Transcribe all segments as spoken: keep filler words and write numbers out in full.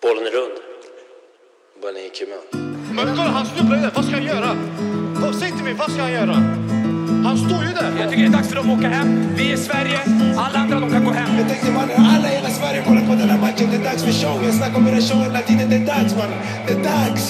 Bollen är rund. Bara ni gick med. Men kolla, han snubblar ju där. Vad ska han göra? Vad, säg till mig, vad ska han göra? Han står ju där. Jag tycker det är dags för dem att åka hem. Vi är Sverige. Alla andra, de kan gå hem. Jag tänkte mannen, alla i hela Sverige kollar på den här matchen. Det är dags för show. Jag snackar om den här showen hela tiden. Det är dags, mannen. Det är dags.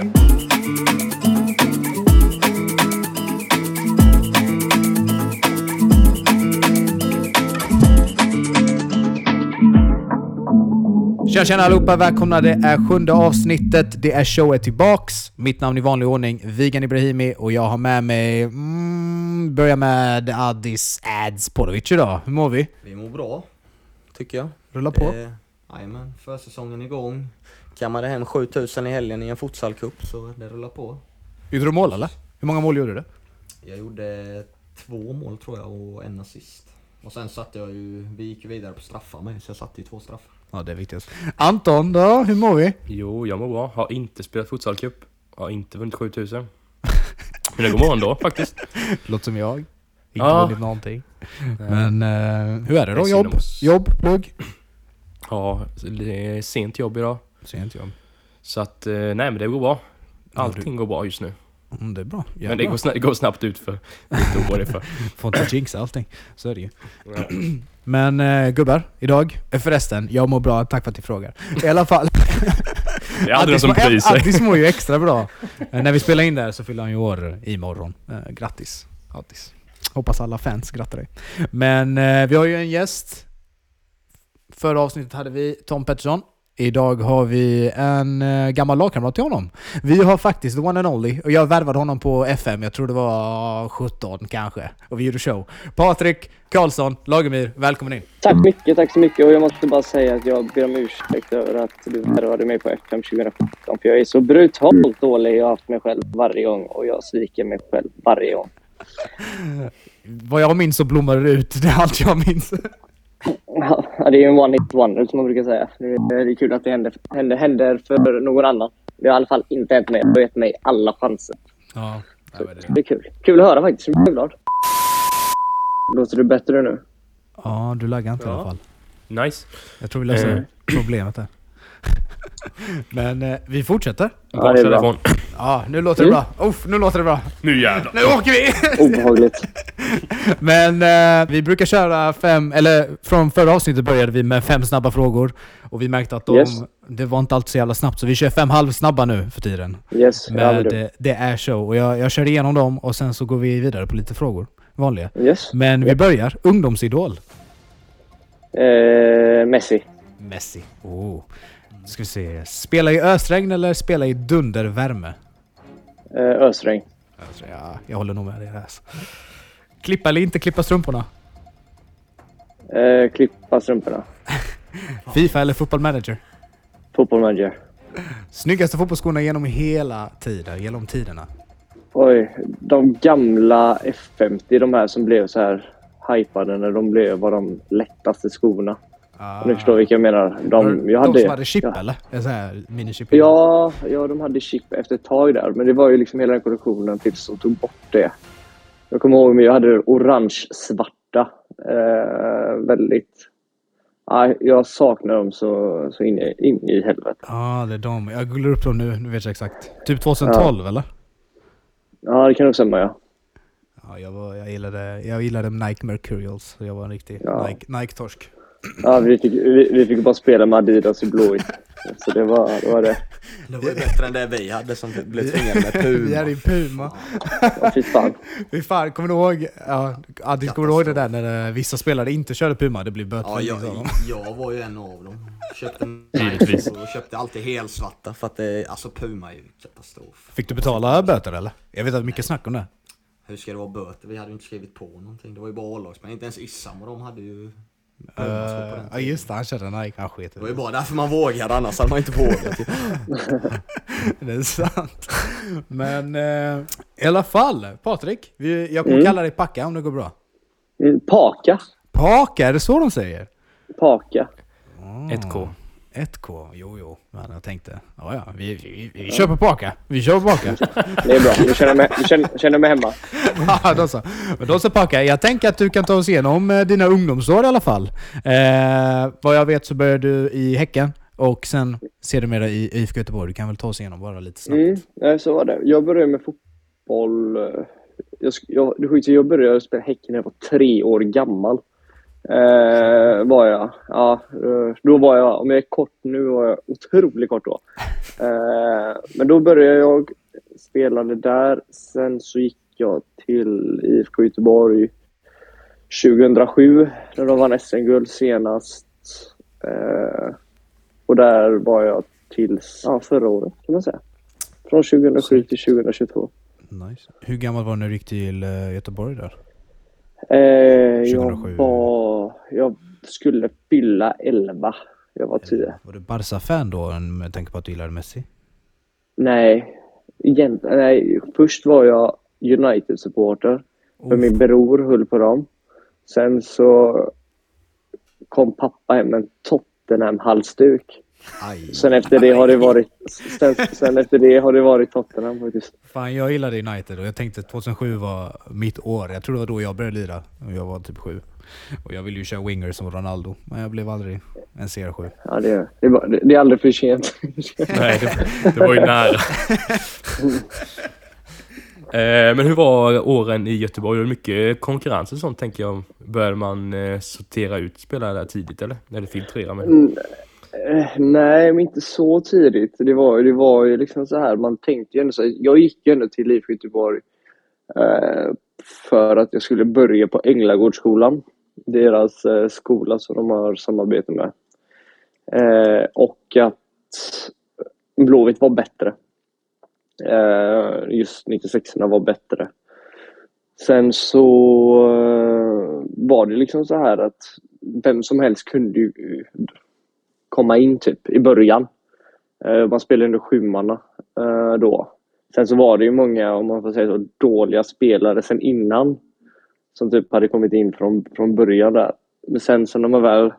Tjena, tjena allihopa, välkomna. Det är sjunde avsnittet. Det är showet tillbaks. Mitt namn i vanlig ordning, Vigan Ibrahimi. Och jag har med mig... Mm, börja med Adis Ads Podovic idag. Hur mår vi? Vi mår bra, tycker jag. Rulla på. Jajamän, eh, försäsongen igång. Kammade hem sjutusen i helgen i en futsalcup, så det rullar på. Gjorde du mål eller? Hur många mål gjorde du? Jag gjorde två mål tror jag och en assist. Och sen satte jag ju, vi gick ju vidare på straffar med, så jag satte ju två straffar. Ja, det är viktigt. Anton då, hur mår vi? Jo, jag mår bra. Har inte spelat futsalcup. Har inte vunnit sjutusen. Men det går bra ändå, faktiskt. Låter som jag. Inte Ja. vunnit någonting. Men uh, hur är det då? Det är Jobb? synd om oss. Jobb? Plugg? Ja, det är sent jobb idag. Sent jobb. Så att, eh, nej men det går bra. Allting går bra just nu. Mm, det är bra. Men det går, snabbt, det går snabbt ut för. Inte vad det är för. Får inte jinxa allting. Så är det ju. Ja. Men uh, gubbar, idag, förresten, jag mår bra, tack för att ni frågar. I alla fall. Det är aldrig någon som bryr sig. Addis mår ju extra bra. uh, När vi spelar in där så fyller han ju år imorgon. Uh, grattis, Addis. Hoppas alla fans grattar dig. Men uh, vi har ju en gäst. Förra avsnittet hade vi Tom Pettersson. Idag har vi en uh, gammal lagkamrat till honom. Vi har faktiskt the one and only. Och jag värvade honom på F M. Jag tror det var sjutton kanske. Och vi gjorde show. Patrik Karlsson, Lagemyr, välkommen in. Tack mycket, tack så mycket. Och jag måste bara säga att jag ber om ursäkt över att du värvade mig på F M tjugohundrasjutton. För jag är så brutalt dålig. Jag har haft mig själv varje gång. Och jag sviker mig själv varje gång. Vad jag minns så blommar det ut. Det är allt jag minns. Ja, det är ju en one hit wonder som man brukar säga. Det är, det är kul att det händer, händer, händer för någon annan. Det har i alla fall inte hänt mig. Det har gett mig alla chanser. Ja, så det är kul. Kul att höra faktiskt. Jag är glad. Låter du bättre nu? Ja, du laggar inte ja. i alla fall. Nice. Jag tror vi löser eh. problemet där. Men eh, vi fortsätter. Ja, det är bra. Ja, nu låter det mm. bra. Uff, nu låter det bra. Nu jävlar. Nu åker vi! Obehagligt. Men eh, vi brukar köra fem, eller från förra avsnittet började vi med fem snabba frågor. Och vi märkte att de, yes. det var inte alltid så jävla snabbt. Så vi kör fem halvsnabba nu för tiden. Yes, med det, det är show. Och jag, jag kör igenom dem och sen så går vi vidare på lite frågor. Vanliga. Yes. Men vi börjar. Ungdomsidol. Eh, Messi. Messi. Oh. Ska vi se. Spela i ösregn eller spela i dundervärme? Eh, ösregn. Ja, jag håller nog med dig här. Klippa eller inte klippa strumporna? Eh, klippa strumporna. FIFA eller Football Manager? Football Manager. Snyggaste fotbollsskorna genom hela tiden, genom tiderna? Oj, de gamla F femtio, de här som blev så här hypade när de blev var de lättaste skorna. Ah. Ni förstår vilka jag menar. De, jag hade, de som hade chip ja. eller? En sån här minichip? Ja, ja, de hade chip efter ett tag där. Men det var ju liksom hela den kollektionen tills som tog bort det. Jag kommer ihåg att jag hade orange-svarta. Eh, väldigt... Ja, jag saknar dem så, så in, i, in i helvete. Ja, ah, det är de. Jag googlar upp dem nu. Nu vet jag exakt. Typ tjugohundratolv, ja. Eller? Ja, det kan nog stämma, ja. Ja, jag, var, jag, gillade, jag gillade Nike Mercurials. Så jag var en riktig ja. Nike, Nike-torsk. Ja, vi fick, vi, vi fick bara spela med Adidas i blåigt. Så det var det. Var det. Det var bättre än det vi hade som blev tvingade med Puma. Vi hade ju Puma. Ja, fy fan. Fy fan, kommer du ihåg? Ja, Adis, kommer du ihåg det där när uh, vissa spelare inte körde Puma? Det blev böter. Ja, jag, jag var ju en av dem. Köpte Givetvis. Och köpte alltid helsvarta för att det, alltså Puma är ju katastrof. Fick du betala böter eller? Jag vet att mycket snack om det. Hur ska det vara böter? Vi hade ju inte skrivit på någonting. Det var ju bara A-lags, men inte ens Issam och de hade ju... Uh, ja just det, han körde Nike, han sket. Det var ju bara därför man vågade, annars hade man inte vågat. Det är sant. Men uh, i alla fall, Patrik, vi, jag kommer mm. kalla dig Packa om det går bra. Mm, Paka. Paka, är det så de säger? Paka. Oh. ett K. ett K, jo jo. Men jag tänkte, ja ja, vi, vi, vi kör på Paka. Vi kör på Paka. Det är bra, du känner mig, du känner, känner mig hemma. Ja, då så. Men då så Paka, jag tänker att du kan ta oss igenom dina ungdomsår i alla fall. Eh, vad jag vet så började du i Häcken. och sen ser du med dig i I F K Göteborg. Du kan väl ta oss igenom bara lite snabbt. Mm, nej, så var det. Jag började med fotboll. Jag, jag, det skiter, jag började spela Häcken när jag var tre år gammal. Eh, var jag. Ja, då var jag, om jag är kort nu var jag otroligt kort då. Eh, men då började jag spela där. Sen så gick jag till I F K Göteborg tjugohundrasju när de vann S M-guld senast. Eh, och där var jag tills ja, förra året kan man säga. Från tjugohundrasju till tjugohundratjugotvå. Nice. Hur gammal var du när du gick till Göteborg där? Eh, jag var... Jag skulle fylla elva. Jag var tio. Var du Barca-fan då med tanke på att du gillade Messi? Nej. Igen, nej. Först var jag United-supporter. För min bror höll på dem. Sen så kom pappa hem med en Tottenham-halsduk. Aj. Sen efter det har det varit sen, sen efter det har det varit Tottenham faktiskt. Fan, jag gillade United och jag tänkte att tjugohundrasju var mitt år. Jag tror det var då jag började lira och jag var typ sju. Och jag ville ju köra winger som Ronaldo, men jag blev aldrig en C R sju. Ja, det, det, var, det, det är aldrig för sent. Nej, det, det var ju nära. eh, men hur var åren i Göteborg? Var det mycket konkurrens och sånt, tänker jag? Började man eh, sortera ut spelare där tidigt, eller? När det filtrerar med? Mm. Nej, men inte så tidigt. Det var, det var ju liksom så här, man tänkte ju ändå så här, jag gick ju ändå till I F K Göteborg eh, för att jag skulle börja på Änglagårdsskolan. Deras eh, skola som de har samarbete med. Eh, och att Blåvitt var bättre. Eh, just nittiosexorna var bättre. Sen så eh, var det liksom så här att vem som helst kunde ju komma in typ i början. Uh, man spelade under sjumanna uh, då. Sen så var det ju många, om man får säga så, dåliga spelare sen innan som typ hade kommit in från, från början där. Men sen så när man väl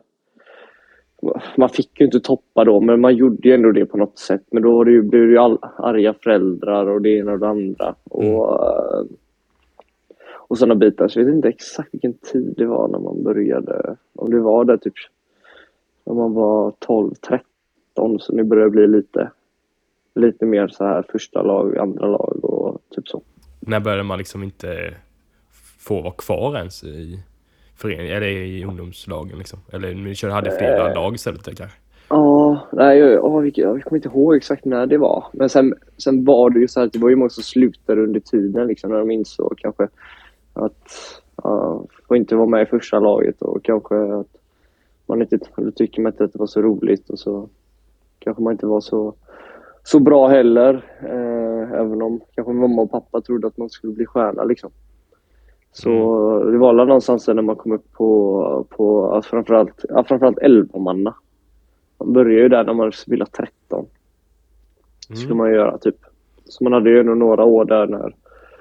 man fick ju inte toppa då, men man gjorde ju ändå det på något sätt. Men då var det ju, blev det ju all, arga föräldrar och det ena och det andra. Och, uh, och sådana bitar. Så jag vet inte exakt vilken tid det var när man började. Om det var där typ när man var tolv tretton, så nu börjar det bli lite lite mer så här första lag, andra lag och typ så. När började man liksom inte få vara kvar ens i föreningen, eller i ungdomslagen liksom? Eller ni körde hade flera äh, lag istället kanske? Ja, nej, jag, jag, jag kommer inte ihåg exakt när det var. Men sen, sen var det ju så här att det var ju många som slutade under tiden liksom, när de insåg kanske att ja, får inte vara med i första laget och kanske att man inte tycker man inte att det var så roligt och så kanske man inte var så så bra heller, eh, även om kanske mamma och pappa trodde att man skulle bli stjärna liksom. Så mm. det var alla någonstans när man kom upp på, på alltså framförallt, ja, framförallt elva manna. Man började ju där när man spelade tretton. Mm. Skulle man göra typ. Så man hade ju nog några år där när,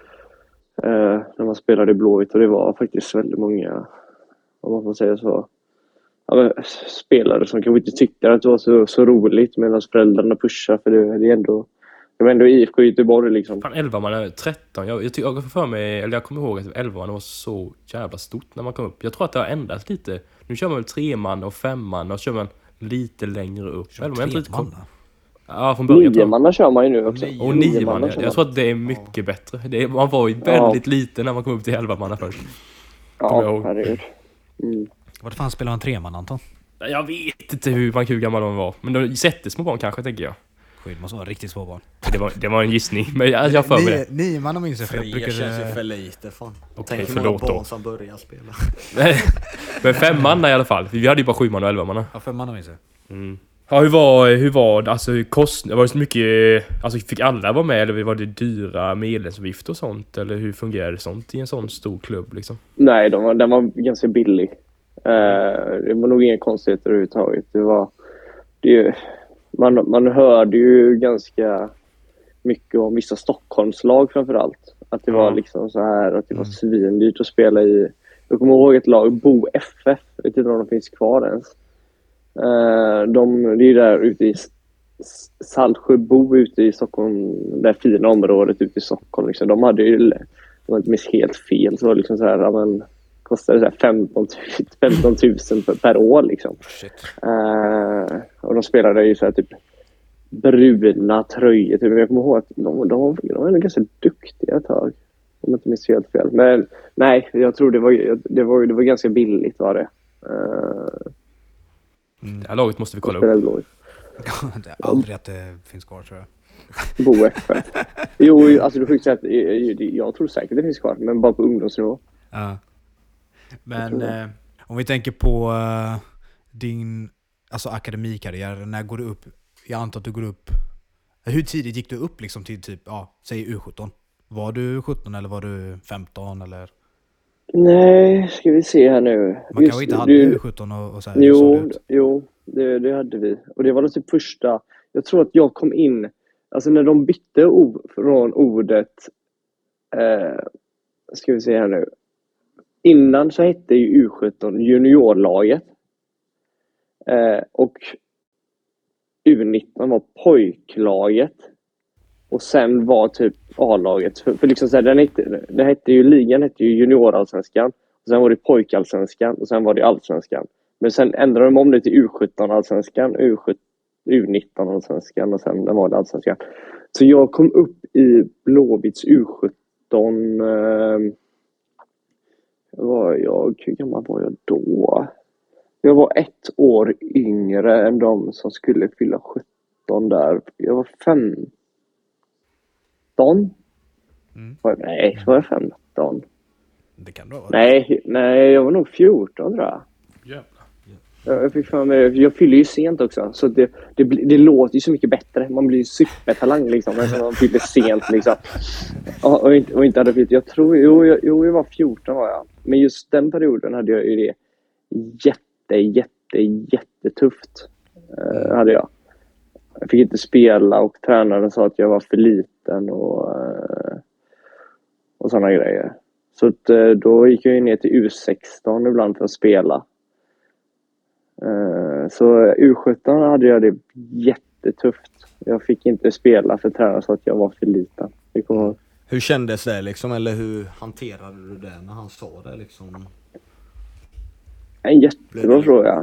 eh, när man spelade i Blåvitt, och det var faktiskt väldigt många, om man får säga så, ja, spelare som kanske inte tyckte att det var så, så roligt, medan föräldrarna pushar, för det, det är ändå det var ändå I F K Göteborg liksom. Fan, elva man är tretton. Jag, jag, jag, för mig, eller jag kommer ihåg att elva man var så jävla stort när man kom upp. Jag tror att det har ändrats lite. Nu kör man väl tre man och fem man, och kör man lite längre upp. Kör tre lite man? Ja, från början. Nio manna kör man ju nu också. Och nio man, jag, jag tror att det är mycket ja. bättre. Det är, man var ju väldigt ja. liten när man kom upp till elva manna först. Ja, herregud. Mm. Vad fan spelar man tre man, Anton? Jag vet inte hur, man, hur gammal de var. Men de sätter små barn kanske, tänker jag. Skit, måste vara riktigt små barn. Det var, det var en gissning, men jag, jag för mig det. Nio man om minns jag, för jag Tre brukar... känns ju för lite, fan. Okej, Tänk förlåt många då. barn som börjar spela. Men fem man i alla fall. Vi hade ju bara sju man och elva man. Ja, fem man om minns jag. Mm. Ja, hur var, hur var alltså, hur kost, var det så mycket, alltså fick alla vara med, eller var det dyra medlemsavgift och sånt, eller hur fungerar det sånt i en sån stor klubb liksom? Nej, de var, den var ganska billig. Uh, det var nog inga konstigheter överhuvudtaget. Det var, det, man, man hörde ju ganska mycket om vissa Stockholmslag framförallt. Att det mm. var liksom så här, att det var svindyrt att spela i. Jag kommer ihåg ett lag, Bo F F, jag vet inte om de finns kvar ens. Uh, de, det är där ute i Saltsjöbo ute i Stockholm, det fina området ute i Stockholm liksom. De hade ju, de var inte minst helt fel, så var det liksom så här, men kostade så här femton tusen per, per år liksom. Uh, och de spelade ju så här typ bruna tröjor. Typ. Jag kommer ihåg att de, de, de var ganska duktiga ett tag. Om jag inte minns helt fel. Men nej, jag tror det var, det var, det var ganska billigt var det. Uh, mm. Ja, laget måste vi kolla upp. Det är aldrig att det finns kvar, tror jag. Bo F F. Jo, alltså du får säga att jag tror säkert det finns kvar, men bara på ungdomsnivå. Ja. Men eh, om vi tänker på uh, din alltså akademikarriär, när går du upp? Jag antar att du går upp. Hur tidigt gick du upp liksom till typ, ja, säg U sjutton? Var du sjutton eller var du femton eller? Nej, ska vi se här nu. Man kanske inte hade U sjutton och, och så här. Jo, det jo det, det hade vi. Och det var det typ första. Jag tror att jag kom in, alltså när de bytte o, från ordet, eh, ska vi se här nu. Innan så hette ju U sjutton juniorlaget. Eh, och U nitton var pojklaget. Och sen var typ A-laget. För, för liksom så här, den hette, det hette ju, ligan hette ju juniorallsvenskan. Och sen var det pojkallsvenskan. Och sen var det allsvenskan. Men sen ändrade de om det till U sjutton allsvenskan. U sjutton, U nitton allsvenskan. Och sen var det allsvenskan. Så jag kom upp i Blåvitts U sjutton. Eh, var jag, hur gammal var jag då? Jag var ett år yngre än de som skulle fylla sjutton där. Jag var femton. Mm. Var, nej, var jag femton? Det kan du vara. Nej, nej, jag var nog fjorton tror jag. Jävlar. Jag, fick fan, jag fyller ju sent också. Så det, det, det låter ju så mycket bättre. Man blir ju supertalang liksom. När man fyller sent liksom. Och, och, inte, och inte hade fyllt. Jag tror, jo jag, jo, jag var fjorton var jag. Men just den perioden hade jag ju det jätte, jätte, jättetufft. Uh, hade jag. Jag fick inte spela och tränaren sa att jag var för liten och, uh, och sådana grejer. Så att, uh, då gick jag ner till U sexton ibland för att spela. Uh, så U sjutton hade jag det jättetufft. Jag fick inte spela för tränaren sa att jag var för liten. Det kommer... Hur kändes det liksom, eller hur hanterade du det när han sa det liksom? En jättebra fråga.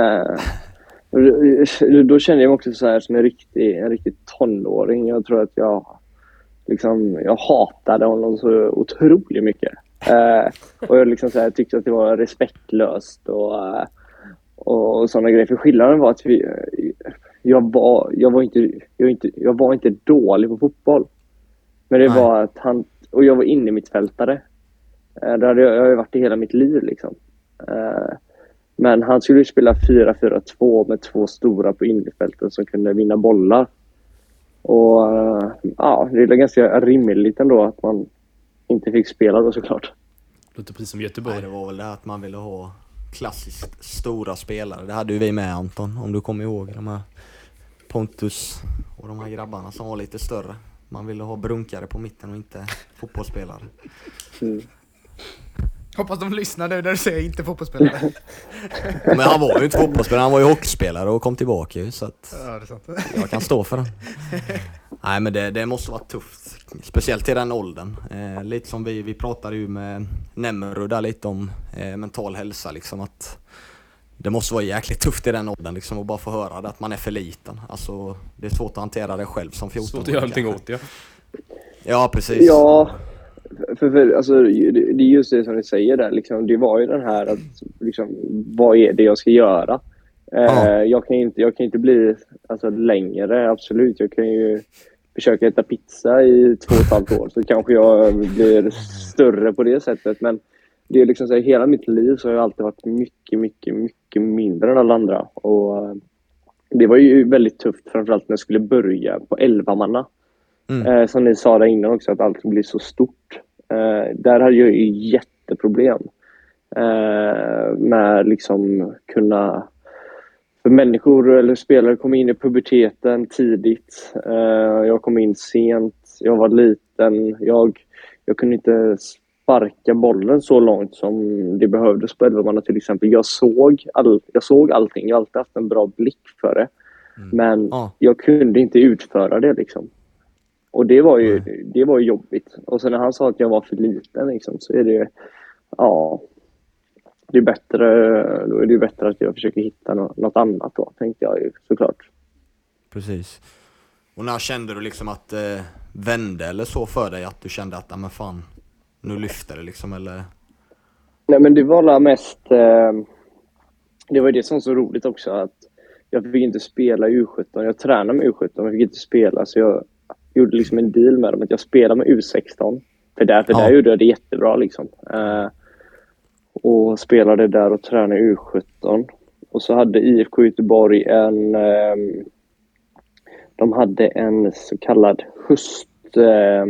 Uh, då kände jag mig också så här som en riktig, en riktig tonåring. Jag tror att jag liksom, jag hatade honom så otroligt mycket. Uh, och jag liksom så här, tyckte att det var respektlöst och, uh, och sådana grejer. För skillnaden var att vi, jag, var, jag, var inte, jag, var inte, jag var inte dålig på fotboll. Men det Nej. var att han, och jag var inne i mitt fältare. Uh, det hade jag, jag har varit i hela mitt liv liksom. Uh, men han skulle spela fyra fyra två med två stora på innerfältet som kunde vinna bollar. Och uh, ja, det är ganska rimligt ändå att man inte fick spela då såklart. Det låter precis som Göteborg. Nej, det var väl det att man ville ha klassiskt stora spelare. Det hade ju vi med, Anton, om du kommer ihåg de här Pontus och de här grabbarna som var lite större. Man ville ha brunkare på mitten och inte fotbollsspelare. Mm. Hoppas de lyssnar nu när du säger inte fotbollsspelare. Men han var ju inte fotbollsspelare, han var ju hockeyspelare och kom tillbaka ju, så att ja, det är sant. Jag kan stå för det. Nej, men det, det måste vara tufft. Speciellt i den åldern. Eh, lite som vi, vi pratade ju med Nemmerud där lite om eh, mental hälsa liksom, att det måste vara jäkligt tufft i den åldern liksom, att bara få höra det, att man är för liten. Alltså, det är svårt att hantera det själv som fjorton. Svårt att göra allting åt, ja. Ja, precis. Ja, för, för alltså, det, det är just det som ni säger där. Liksom, det var ju den här att, liksom, vad är det jag ska göra? Eh, jag, kan inte, jag kan inte bli alltså, längre, absolut. Jag kan ju försöka äta pizza i två och ett halvt år, så kanske jag blir större på det sättet. Men det är liksom så här, hela mitt liv så har jag alltid varit mycket, mycket, mycket mindre än alla andra. Och uh, det var ju väldigt tufft, framförallt när jag skulle börja på elva manna. Mm. Uh, som ni sa där innan också, att allt blir så stort. Uh, där hade jag ju jätteproblem uh, med liksom kunna... För människor eller spelare kom in i puberteten tidigt. Uh, jag kom in sent. Jag var liten. Jag, jag kunde inte sparka bollen så långt som det behövdes på elva manna till exempel. Jag såg, all, jag såg allting. Jag har alltid haft en bra blick för det. Mm. Men ah. jag kunde inte utföra det liksom. Och det var ju mm. det var ju jobbigt. Och sen när han sa att jag var för liten liksom, så är det ja... det är bättre, då är det ju bättre att jag försöker hitta något, något annat då, tänkte jag ju såklart. Precis. Och när kände du liksom att det eh, vände eller så för dig, att du kände att, ja men fan, nu lyfter det liksom, eller? Nej, men det var alla mest, eh, det var ju det som var så roligt också, att jag fick inte spela i U sjutton, jag tränade med U sjutton, men jag fick inte spela, så jag gjorde liksom en deal med dem att jag spelade med U sexton, för där, för ja. där gjorde jag det jättebra liksom. Eh, och spelade där och tränade i U sjutton. Och så hade I F K Göteborg en, eh, de hade en så kallad höst, eh,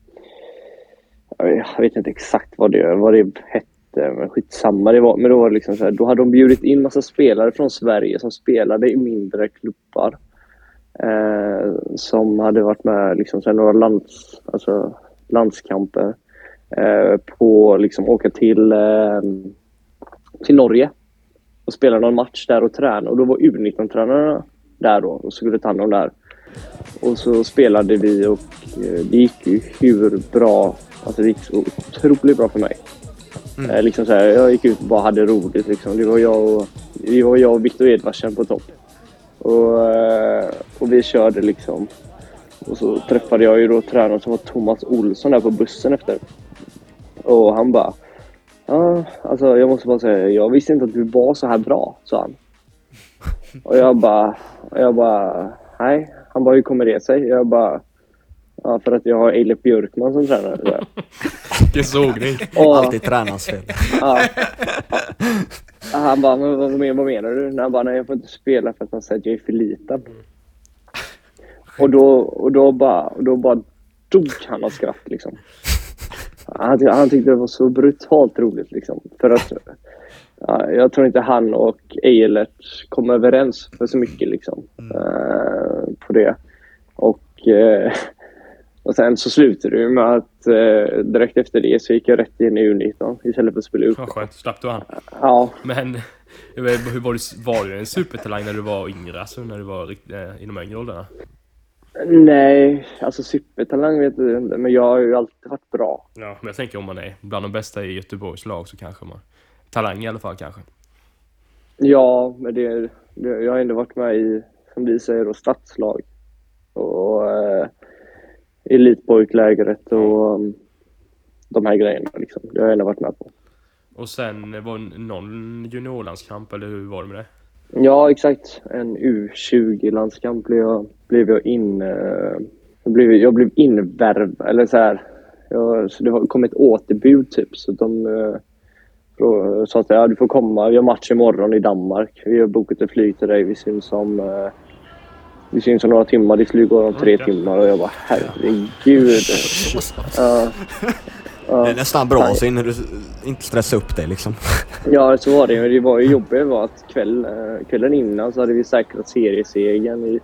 jag vet inte exakt vad det, vad det hette, men skitsamma det var, men då var det liksom så här, då hade de bjudit in massa spelare från Sverige som spelade i mindre klubbar, eh, som hade varit med liksom så här, några lands, alltså landskamper, eh, på liksom åka till eh, till Norge och spela någon match där och träna, och då var U nitton-tränarna där då och skulle ta hand om där. Och så spelade vi och eh, det gick ju hur bra, alltså det gick så otroligt bra för mig. Mm. Eh, liksom så här, jag gick ut och bara hade roligt liksom. Det var jag och, det var jag och Victor Edvardsen på topp. Och, eh, och vi körde liksom. Och så träffade jag ju då tränaren som var Thomas Olsson där på bussen efter. Och han bara, ja, alltså jag måste bara säga, jag visste inte att du var så här bra, sa han. Och jag bara, jag bara, nej. Han bara, hur kommer det sig? Jag bara, ja, för att jag har Eilif Björkman som tränare. Det såg ni. Och, alltid tränarens fel. Ja. Han bara, men vad, vad menar du? Han bara, nej, jag får inte spela för att han säger att jag är för liten. Och då, och då bara, och då bara dog han av skratt liksom. Han, han tyckte det var så brutalt roligt liksom. För att ja, jag tror inte han och Eilert kom överens för så mycket liksom, mm. uh, på det. Och, uh, och sen så slutade det med att uh, direkt efter det så gick jag rätt in i U nitton istället för att spela upp. Ja, skönt, slapp du han. Ja. Men hur var du, var du en supertalang när du var yngre, alltså när du var uh, inom yngre åldrarna? Nej, alltså supertalang vet du inte, men jag har ju alltid varit bra. Ja, men jag tänker om man är bland de bästa i Göteborgs lag så kanske man talang i alla fall kanske. Ja, men det, det jag har ändå varit med i, som vi säger då, stadslag och eh, elitpojklägret och um, de här grejerna liksom. Det har jag ändå varit med på. Och sen var det någon juniorlandskamp, eller hur var det med det? Ja, exakt. En U tjugo-landskamp blev jag, blev jag in... Eh, jag, blev, jag blev invärv, eller så här. Jag, så det var, kom ett återbud typ, så de eh, då, sa att ja, du får komma, vi har match imorgon i Danmark. Vi har bokat ett flyg till dig, vi syns om... Eh, vi syns om några timmar, det flyger om tre okay. timmar, och jag bara, herregud. Ja. Ja, det är nästan bra, så innan du inte stressar upp dig liksom. Ja, så var det. Men det var ju jobbigt var att kväll, kvällen innan så hade vi säkrat seriesegern i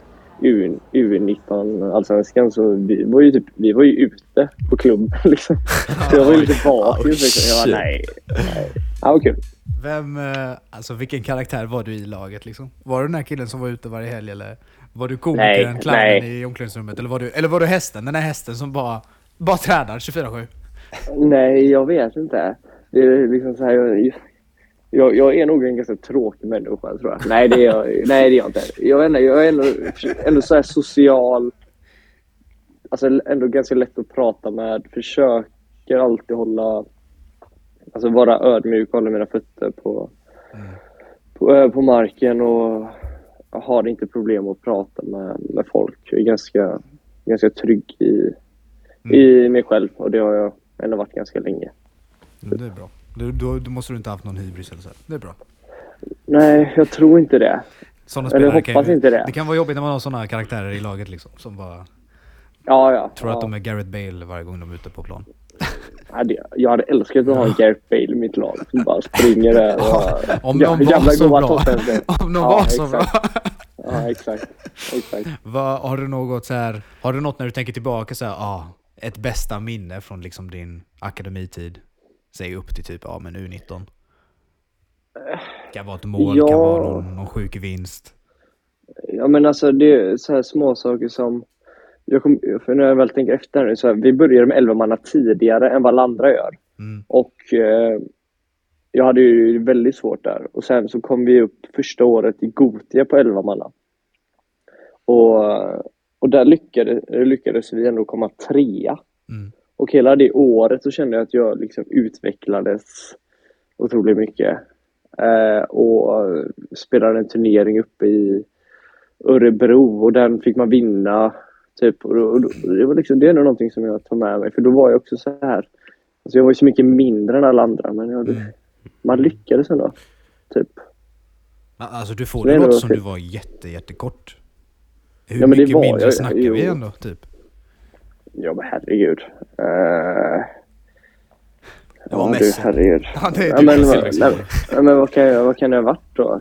U nitton allsvenskan, så vi var ju typ, vi var ju ute på klubben liksom. Så jag var ju lite bakis liksom. Jag var nej. nej. Ja, okej. Okay. Vem, alltså vilken karaktär var du i laget liksom? Var du den här killen som var ute varje helg, eller var du komikern, clownen i omklädningsrummet, eller var du, eller var du hästen, den här hästen som bara, bara tränar tjugofyra sju? Nej, jag vet inte. Det är liksom så här, jag, jag, jag är nog en ganska tråkig människa, tror jag. Nej, det är jag, nej, det är jag inte. Jag är ändå, jag är ändå, ändå så här social. Alltså ändå ganska lätt att prata med. Försöker alltid hålla, alltså vara ödmjuk och hålla mina fötter på, mm. på, på marken, och jag har inte problem att prata med, med folk. Jag är ganska, ganska trygg i, mm. i mig själv, och det har jag ändå varit ganska länge. Det är bra. Då, då, då måste du inte ha haft någon hybris eller så. Det är bra. Nej, jag tror inte det. Såna spelare eller hoppas kan, inte det. Det kan vara jobbigt när man har sådana karaktärer i laget liksom, som bara ja, ja, tror ja. att de är Gareth Bale varje gång de är ute på plan. Ja, det, jag hade älskat att ha en Gareth Bale i mitt lag som bara springer där. Och, om någon ja, var så bra. Om någon ja, var så exakt. bra. Ja, exakt. exakt. Va, har du något så här, har du något när du tänker tillbaka så här, ah, ett bästa minne från liksom din akademitid? Säg upp till typ, ja men U nitton. Det kan vara ett mål, ja. kan vara någon, någon sjuk vinst. Ja, men alltså det är så här små saker som jag kom, för när jag väl tänker efter nu, så här, vi började med elva manna tidigare än vad alla andra gör. Mm. Och eh, jag hade ju väldigt svårt där. Och sen så kom vi upp första året i Gothia på elva manna. Och, och där lyckades, lyckades vi ändå komma trea. Mm. Och hela det året så kände jag att jag liksom utvecklades otroligt mycket. Eh, och spelade en turnering uppe i Örebro och den fick man vinna. Typ. Och, och, och det, var liksom, det är nog någonting som jag tar med mig. För då var jag också så här. Alltså jag var ju så mycket mindre än alla andra. Men jag, mm. man lyckades ändå. Typ. Alltså du får det låta som du var jätte, jättekort. Hur ja, men mycket det var, mindre jag, snackar jo. vi ändå, typ? Ja, men herregud. Uh, det var ja, Messi. Du, herregud. Ja, det är ja, du. men, nej, nej, men vad kan jag, vad kan det ha varit då?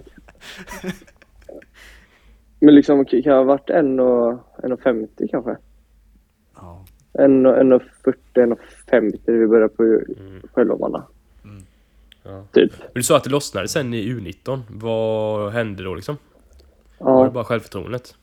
Men liksom, kan jag ha varit en och femtio kanske? Ja. en och fyrtio, en och femtio vi började på mm. själva manna. Mm. Ja. Typ. Du sa att det lossnade sen i U nitton. Vad hände då liksom? Ja. Var det bara självförtroendet?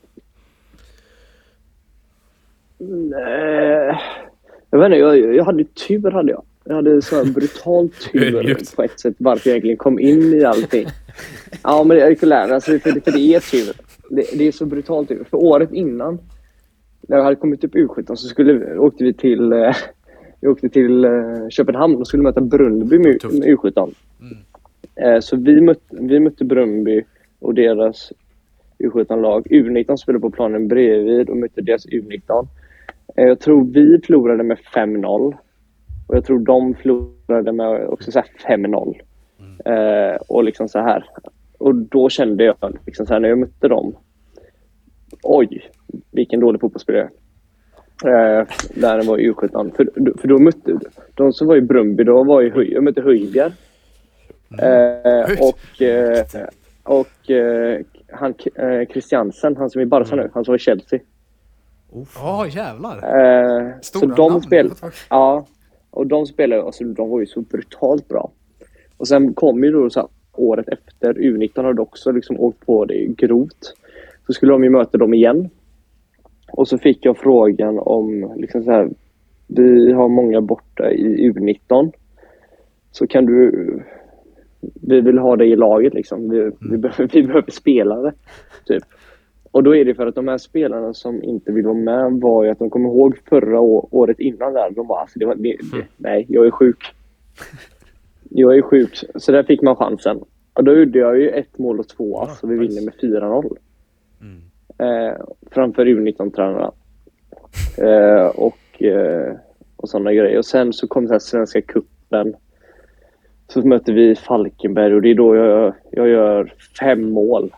Nej. Jag vet inte, jag, jag hade tur hade jag. Jag hade så här brutal tur på ett sätt varför jag egentligen kom in i allting. Ja, men jag kan lära alltså, för, för det är tur. Det, det är så brutalt tur. För året innan, när jag hade kommit upp U sjutton så skulle, åkte vi till, eh, vi åkte till eh, Köpenhamn och skulle möta Brunnby med, med U sjutton. Mm. Eh, så vi mötte, vi mötte Brunnby och deras U sjutton-lag. U nitton spelade på planen bredvid och mötte deras U nitton. Eh, jag tror vi förlorade med fem noll. Och jag tror de förlorade med också så här fem noll. Mm. Eh, och liksom så här. Och då kände jag liksom så här när jag mötte dem. Oj, vilken dålig fotbollsspelare. Eh, där det var U sjutton. För, för då mötte de som var i Brunnby, då var i Höj, jag mötte Höjbjerg. Eh, och eh, och eh, han eh, Christiansen, han som är i Barca nu, han som var i Chelsea. Ja, oh, jävlar. Eh, så de spelade, ja, och de spelade, alltså de var ju så brutalt bra. Och sen kom ju då så här, året efter U nitton hade också liksom åkt på det grovt. Så skulle de ju möta dem igen. Och så fick jag frågan om liksom så här, vi har många borta i U nitton. Så kan du, vi vill ha dig i laget liksom. Vi, mm. vi, behöver, vi behöver spelare typ. Och då är det för att de här spelarna som inte vill vara med var ju att de kommer ihåg förra å- året innan där. De var alltså, det var, det, det, nej, jag är sjuk. Jag är sjuk. Så där fick man chansen. Och då gjorde jag ju ett mål och två ass. Så vi vinner med fyra noll. Mm. Eh, framför U nitton-tränarna. Eh, och, eh, och sådana grejer. Och sen så kom den här svenska kuppen. Så mötte vi Falkenberg. Och det är då jag, jag gör fem mål.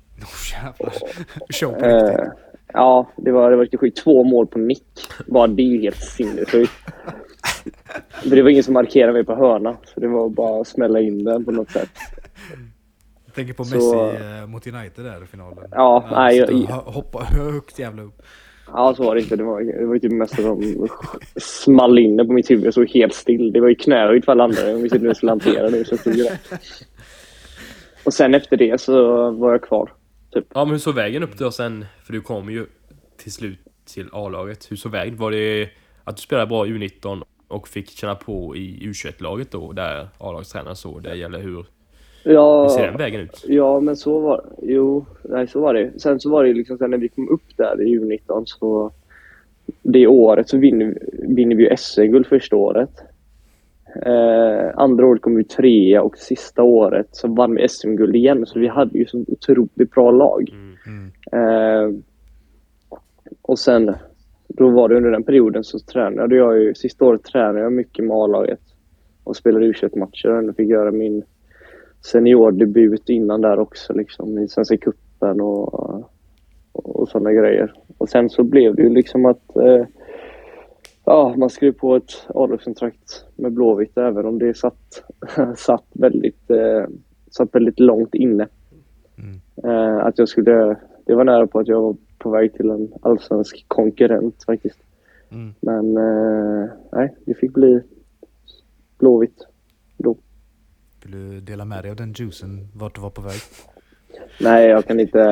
Oh, eh, ja, det var, det var riktigt sjukt. Två mål på nick. Bara det är ju helt sinnessjukt. Det var ingen som markerade mig på hörna. Så det var bara att smälla in den på något sätt. Jag tänker på Messi så, mot United där i finalen. Ja, ja nej. Jag, hoppa högt jävla upp. Ja, så var det inte. Det var, det var typ mest som small in på mitt huvud. Jag såg helt still. Det var ju knähöjd för alla andra. Om vi sitter nu och skulle hantera det. Så stod det. Och sen efter det så var jag kvar. Typ. Ja, men hur såg vägen upp då sen? För du kom ju till slut till A-laget. Hur såg vägen? Var det att du spelade bra i U nitton och fick känna på i U tjugoett-laget då? Där A-lagstränaren så det gäller hur... Ja, hur ser den vägen ut? Ja, men så var jo, nej, så var det. Sen så var det liksom sen när vi kom upp där i U nitton så det året så vinner, vinner vi ju S M-guld första året. Eh, andra året kom vi trea och sista året så vann vi S M-guld igen. Så vi hade ju så otroligt bra lag. Mm. Eh, och sen då var det under den perioden så tränade jag ju, sista året tränade jag mycket med A-laget och spelade U tjugoett-matcher och fick göra min seniordebut innan där också liksom i Svenska cupen och, och, och sådana grejer. Och sen så blev det ju liksom att eh, ja, man skrev på ett A-lagskontrakt med Blåvitt även om det satt, satt, väldigt, eh, satt väldigt långt inne. Mm. Eh, att jag skulle, det var nära på att jag var på väg till en allsvensk konkurrent faktiskt. Mm. Men eh, nej, det fick bli Blåvitt då. Vill du dela med dig av den juicen vart du var på väg? Nej, jag kan inte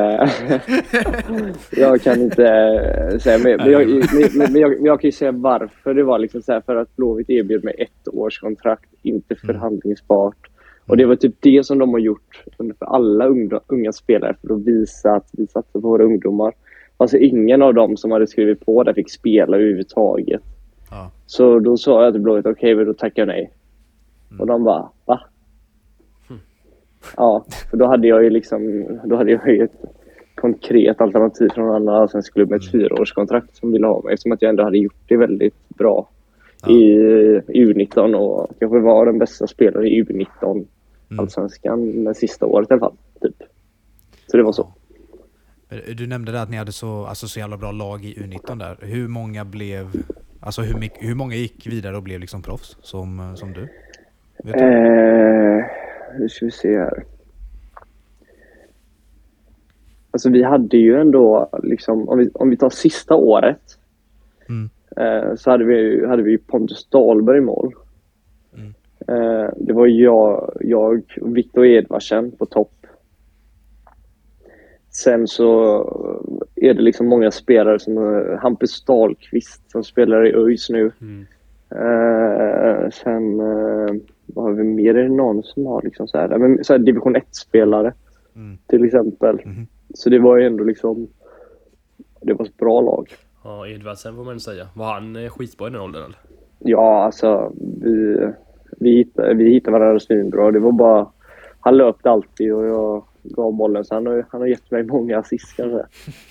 jag kan inte säga men, men, jag, men, men, jag, men jag kan ju säga varför det var liksom så här, för att Blåvitt erbjöd mig ett års kontrakt, inte förhandlingsbart Och det var typ det som de har gjort för alla unga, unga spelare för att visa att vi satsar på våra ungdomar. Alltså ingen av dem som hade skrivit på där fick spela överhuvudtaget. Ja. Så då sa jag till Blåvitt, okej, okay, då tackar jag nej. Mm. Och de bara, va? Mm. Ja, för då hade jag ju liksom, då hade jag ju ett konkret alternativ från en annan svensk klubb med ett mm. fyraårskontrakt som ville ha mig. Eftersom att jag ändå hade gjort det väldigt bra ja. i, i U nitton och kanske var den bästa spelaren i U nitton mm. allsvenskan det sista året i alla fall. Typ. Så det var så. Du nämnde där att ni hade så, alltså, så jävla bra lag i U nitton där. Hur många blev, alltså hur, mycket, hur många gick vidare och blev liksom proffs som, som du? Vet du? Eh, nu ska vi se här. Alltså vi hade ju ändå, liksom, om vi, om vi tar sista året mm. eh, så hade vi, hade vi Pontus Dahlberg i mål. Mm. Eh, det var jag, jag och Viktor Edvardsen på topp. Sen så är det liksom många spelare som Hampus Dahlqvist som spelar i ÖIS nu. Mm. Eh, sen eh, vad har vi mer? Är det någon som har liksom så här, men, så här division ett-spelare mm. till exempel. Mm. Så det var ju ändå liksom, det var ett bra lag. Ja, Edvardsen får man säga. Var han skitbra i den åldern eller? Ja, alltså vi, vi, hittade, vi hittade varandra svinbra. Det var bara, han löpte alltid och jag gav bollen. Så han har, han har gett mig många assist kanske.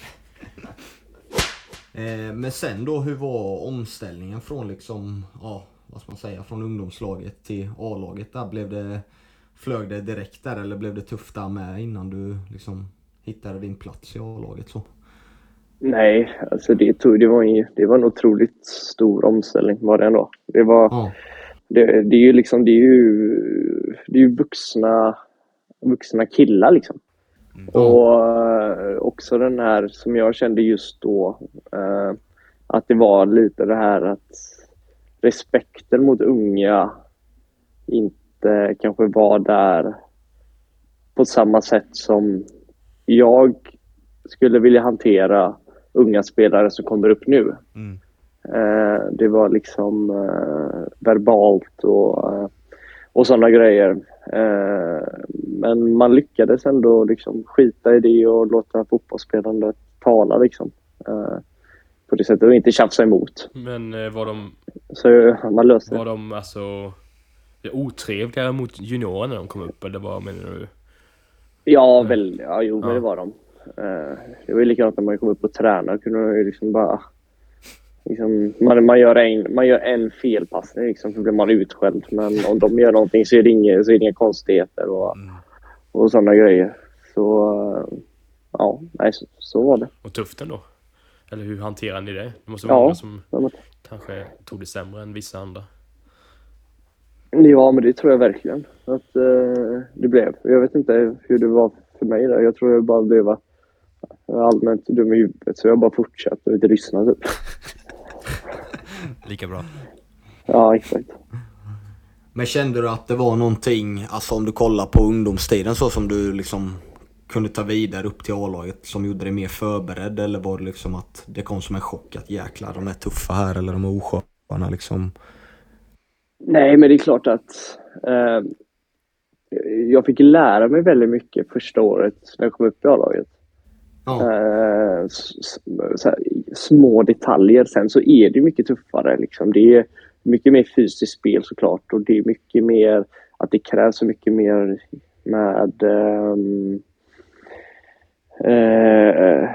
eh, men sen då, hur var omställningen från liksom, ja, vad ska man säga, från ungdomslaget till A-laget? Där blev det, flög det direkt där eller blev det tufft där med innan du liksom hittade din plats i A-laget så? Nej, alltså det, tog, det, var en, det var en otroligt stor omställning var det ändå. Det var, ja. det, det är ju liksom, det är ju, det är ju vuxna, vuxna killar liksom. Mm. Och uh, också den här som jag kände just då, uh, att det var lite det här att respekten mot unga inte kanske var där på samma sätt som jag skulle vilja hantera unga spelare som kommer upp nu. Mm. Eh, det var liksom eh, verbalt och, eh, och sådana grejer. Eh, men man lyckades ändå liksom skita i det och låta fotbollsspelandet tala liksom. Eh, på det sättet och inte tjafsa emot. Men eh, var de Så man löste var de alltså otrevliga mot juniorerna när de kom upp eller vad menar du? Ja, väl, ja jo, men ja. det var de. Uh, det var ju likadant när man kom upp och tränade. Kunde man ju liksom bara... Liksom, man, man, gör en, man gör en felpassning liksom, så blir man utskälld. Men om de gör någonting så är det inga, så är det inga konstigheter och, mm. och sådana grejer. Så, uh, ja, nej, så, så var det. Och tufft ändå? Eller hur hanterar ni det? Det måste vara ja, många som men... kanske tog det sämre än vissa andra. Ja, men det tror jag verkligen att uh, det blev. Jag vet inte hur det var för mig där. Jag tror jag bara blev allmänt dum i huvudet, så jag bara fortsatte och inte lyssnade typ. Lika bra. Ja, exakt. Men kände du att det var någonting, alltså om du kollar på ungdomstiden så som du liksom kunde ta vidare upp till A-laget som gjorde dig mer förberedd, eller var det liksom att det kom som en chock att jäklar, de är tuffa här eller de är osköna liksom? Nej, men det är klart att eh, jag fick lära mig väldigt mycket första året när jag kom upp i A-laget. Ja. Eh, s- så här, små detaljer. Sen så är det mycket tuffare. Liksom. Det är mycket mer fysiskt spel såklart. Och det är mycket mer att det krävs så mycket mer med um, uh,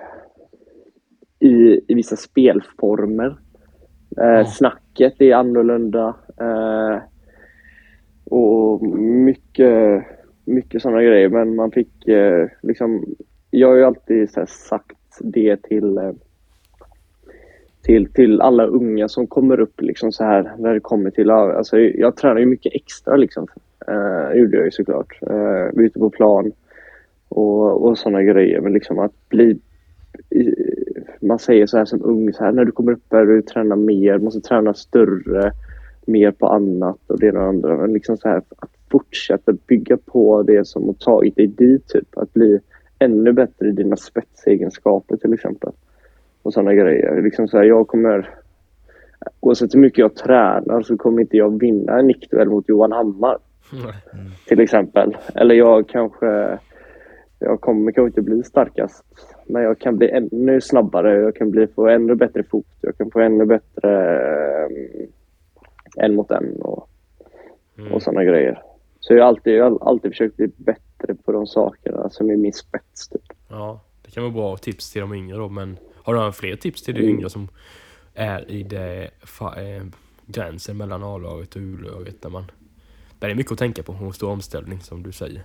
i, i vissa spelformer. Uh, ja. Snacket är annorlunda. Uh, och mycket, mycket sådana grejer. Men man fick uh, liksom... Jag har ju alltid så här sagt det till, till, till alla unga som kommer upp liksom så här när det kommer till, alltså jag tränar ju mycket extra liksom, uh, gjorde jag ju såklart, uh, ute på plan och, och sådana grejer, men liksom att bli, man säger så här som ung så här, när du kommer upp här du tränar mer, måste träna större, mer på annat och det och det andra, men liksom så här att fortsätta bygga på det som har tagit dig dit typ, att bli ännu bättre i dina spetsegenskaper till exempel. Och sådana grejer. Liksom så här, jag kommer... Oavsett hur mycket jag tränar så kommer inte jag vinna en nickduell mot Johan Hammar. Mm. Till exempel. Eller jag kanske... Jag kommer kanske inte bli starkast. Men jag kan bli ännu snabbare. Jag kan bli, få ännu bättre fot. Jag kan få ännu bättre um, en mot en. Och, mm. och sådana grejer. Så jag har alltid, jag har alltid försökt bli bättre på de sakerna som är min spets. Typ. Ja, det kan vara bra tips till de yngre då. Men har du fler tips till de mm. yngre som är i det fa- äh, gränsen mellan A-laget och U-laget? Där, man, där är mycket att tänka på. Och stor omställning som du säger.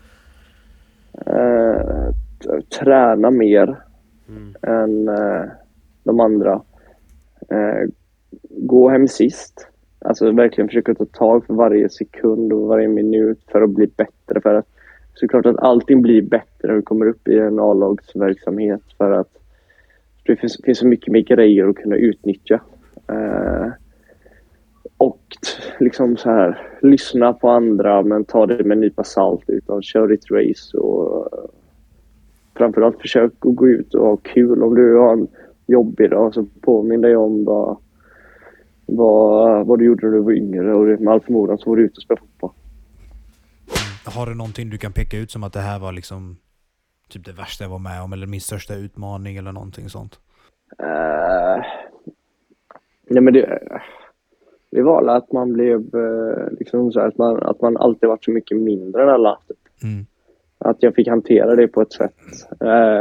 Uh, träna mer mm. än uh, de andra. Uh, gå hem sist. Alltså verkligen försöka ta tag för varje sekund och varje minut för att bli bättre. För att såklart att allting blir bättre när du kommer upp i en A-lagsverksamhet. För att det finns, finns så mycket mer grejer att kunna utnyttja. Uh, och liksom så här, lyssna på andra men ta det med en nypa salt utan kör ditt race och framförallt försök att gå ut och ha kul. Om du har en jobbig dag så påminn dig om vad, vad, vad du gjorde när du var yngre och med all förmodan så var du ute och spela fotboll. Har du någonting du kan peka ut som att det här var liksom typ det värsta jag var med om eller min största utmaning eller någonting sånt? Uh, nej men det... Det var att man blev liksom så här, att man att man alltid varit så mycket mindre än alla. Typ. Mm. Att jag fick hantera det på ett sätt. Eh,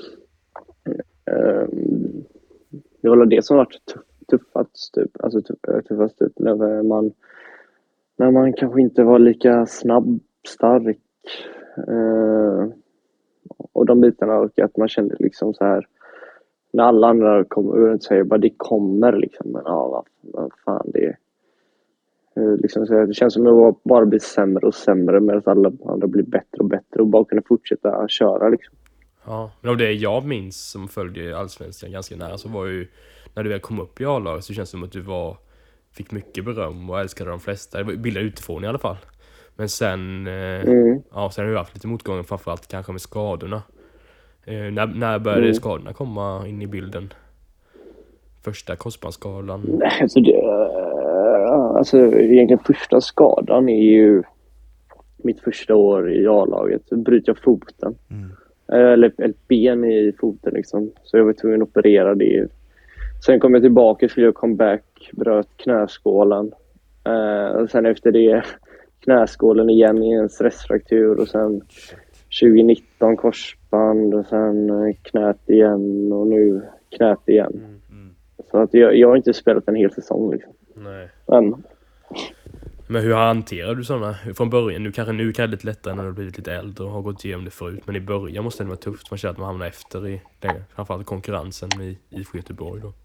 eh, det var det som var tuff, tuffast typ, alltså tuff, tuffast typ när man när man kanske inte var lika snabb, stark eh, och de bitarna och att man kände liksom så här när alla andra kommer och säger bara det kommer liksom men ja vad, vad fan det är liksom, så det känns som att det bara blir sämre och sämre medan alla andra blir bättre och bättre och bara kunna fortsätta köra liksom. Ja, men det jag minns som följde Allsvenskan ganska nära så var ju när du väl kom upp i A-laget så känns det som att du var fick mycket beröm och älskade de flesta. Det var bilder utifrån i alla fall. Men sen eh, mm. ja, sen har du haft lite motgångar framförallt kanske med skadorna. Eh, när, när började mm. skadorna komma in i bilden? Första korsbandsskadan? Nej, alltså, det, alltså egentligen första skadan är ju mitt första år i A-laget. Så bryter jag foten. Mm. Eller ett ben i foten liksom. Så jag var tvungen att operera det. Sen kom jag tillbaka, skulle jag comeback, bröt knäskålen. Eh, och sen efter det knäskålen igen i en stressfraktur och sen tjugonitton korsband och sen knät igen och nu knät igen. Mm, mm. Så att jag, jag har inte spelat en hel säsong liksom. Nej. Men, men hur hanterar du sådana från början? Nu kanske nu kan det lite lättare när du har blivit lite äldre och har gått igenom det förut. Men i början måste det vara tufft. Man känner att man hamnar efter i det, framförallt konkurrensen i I F K Göteborg då.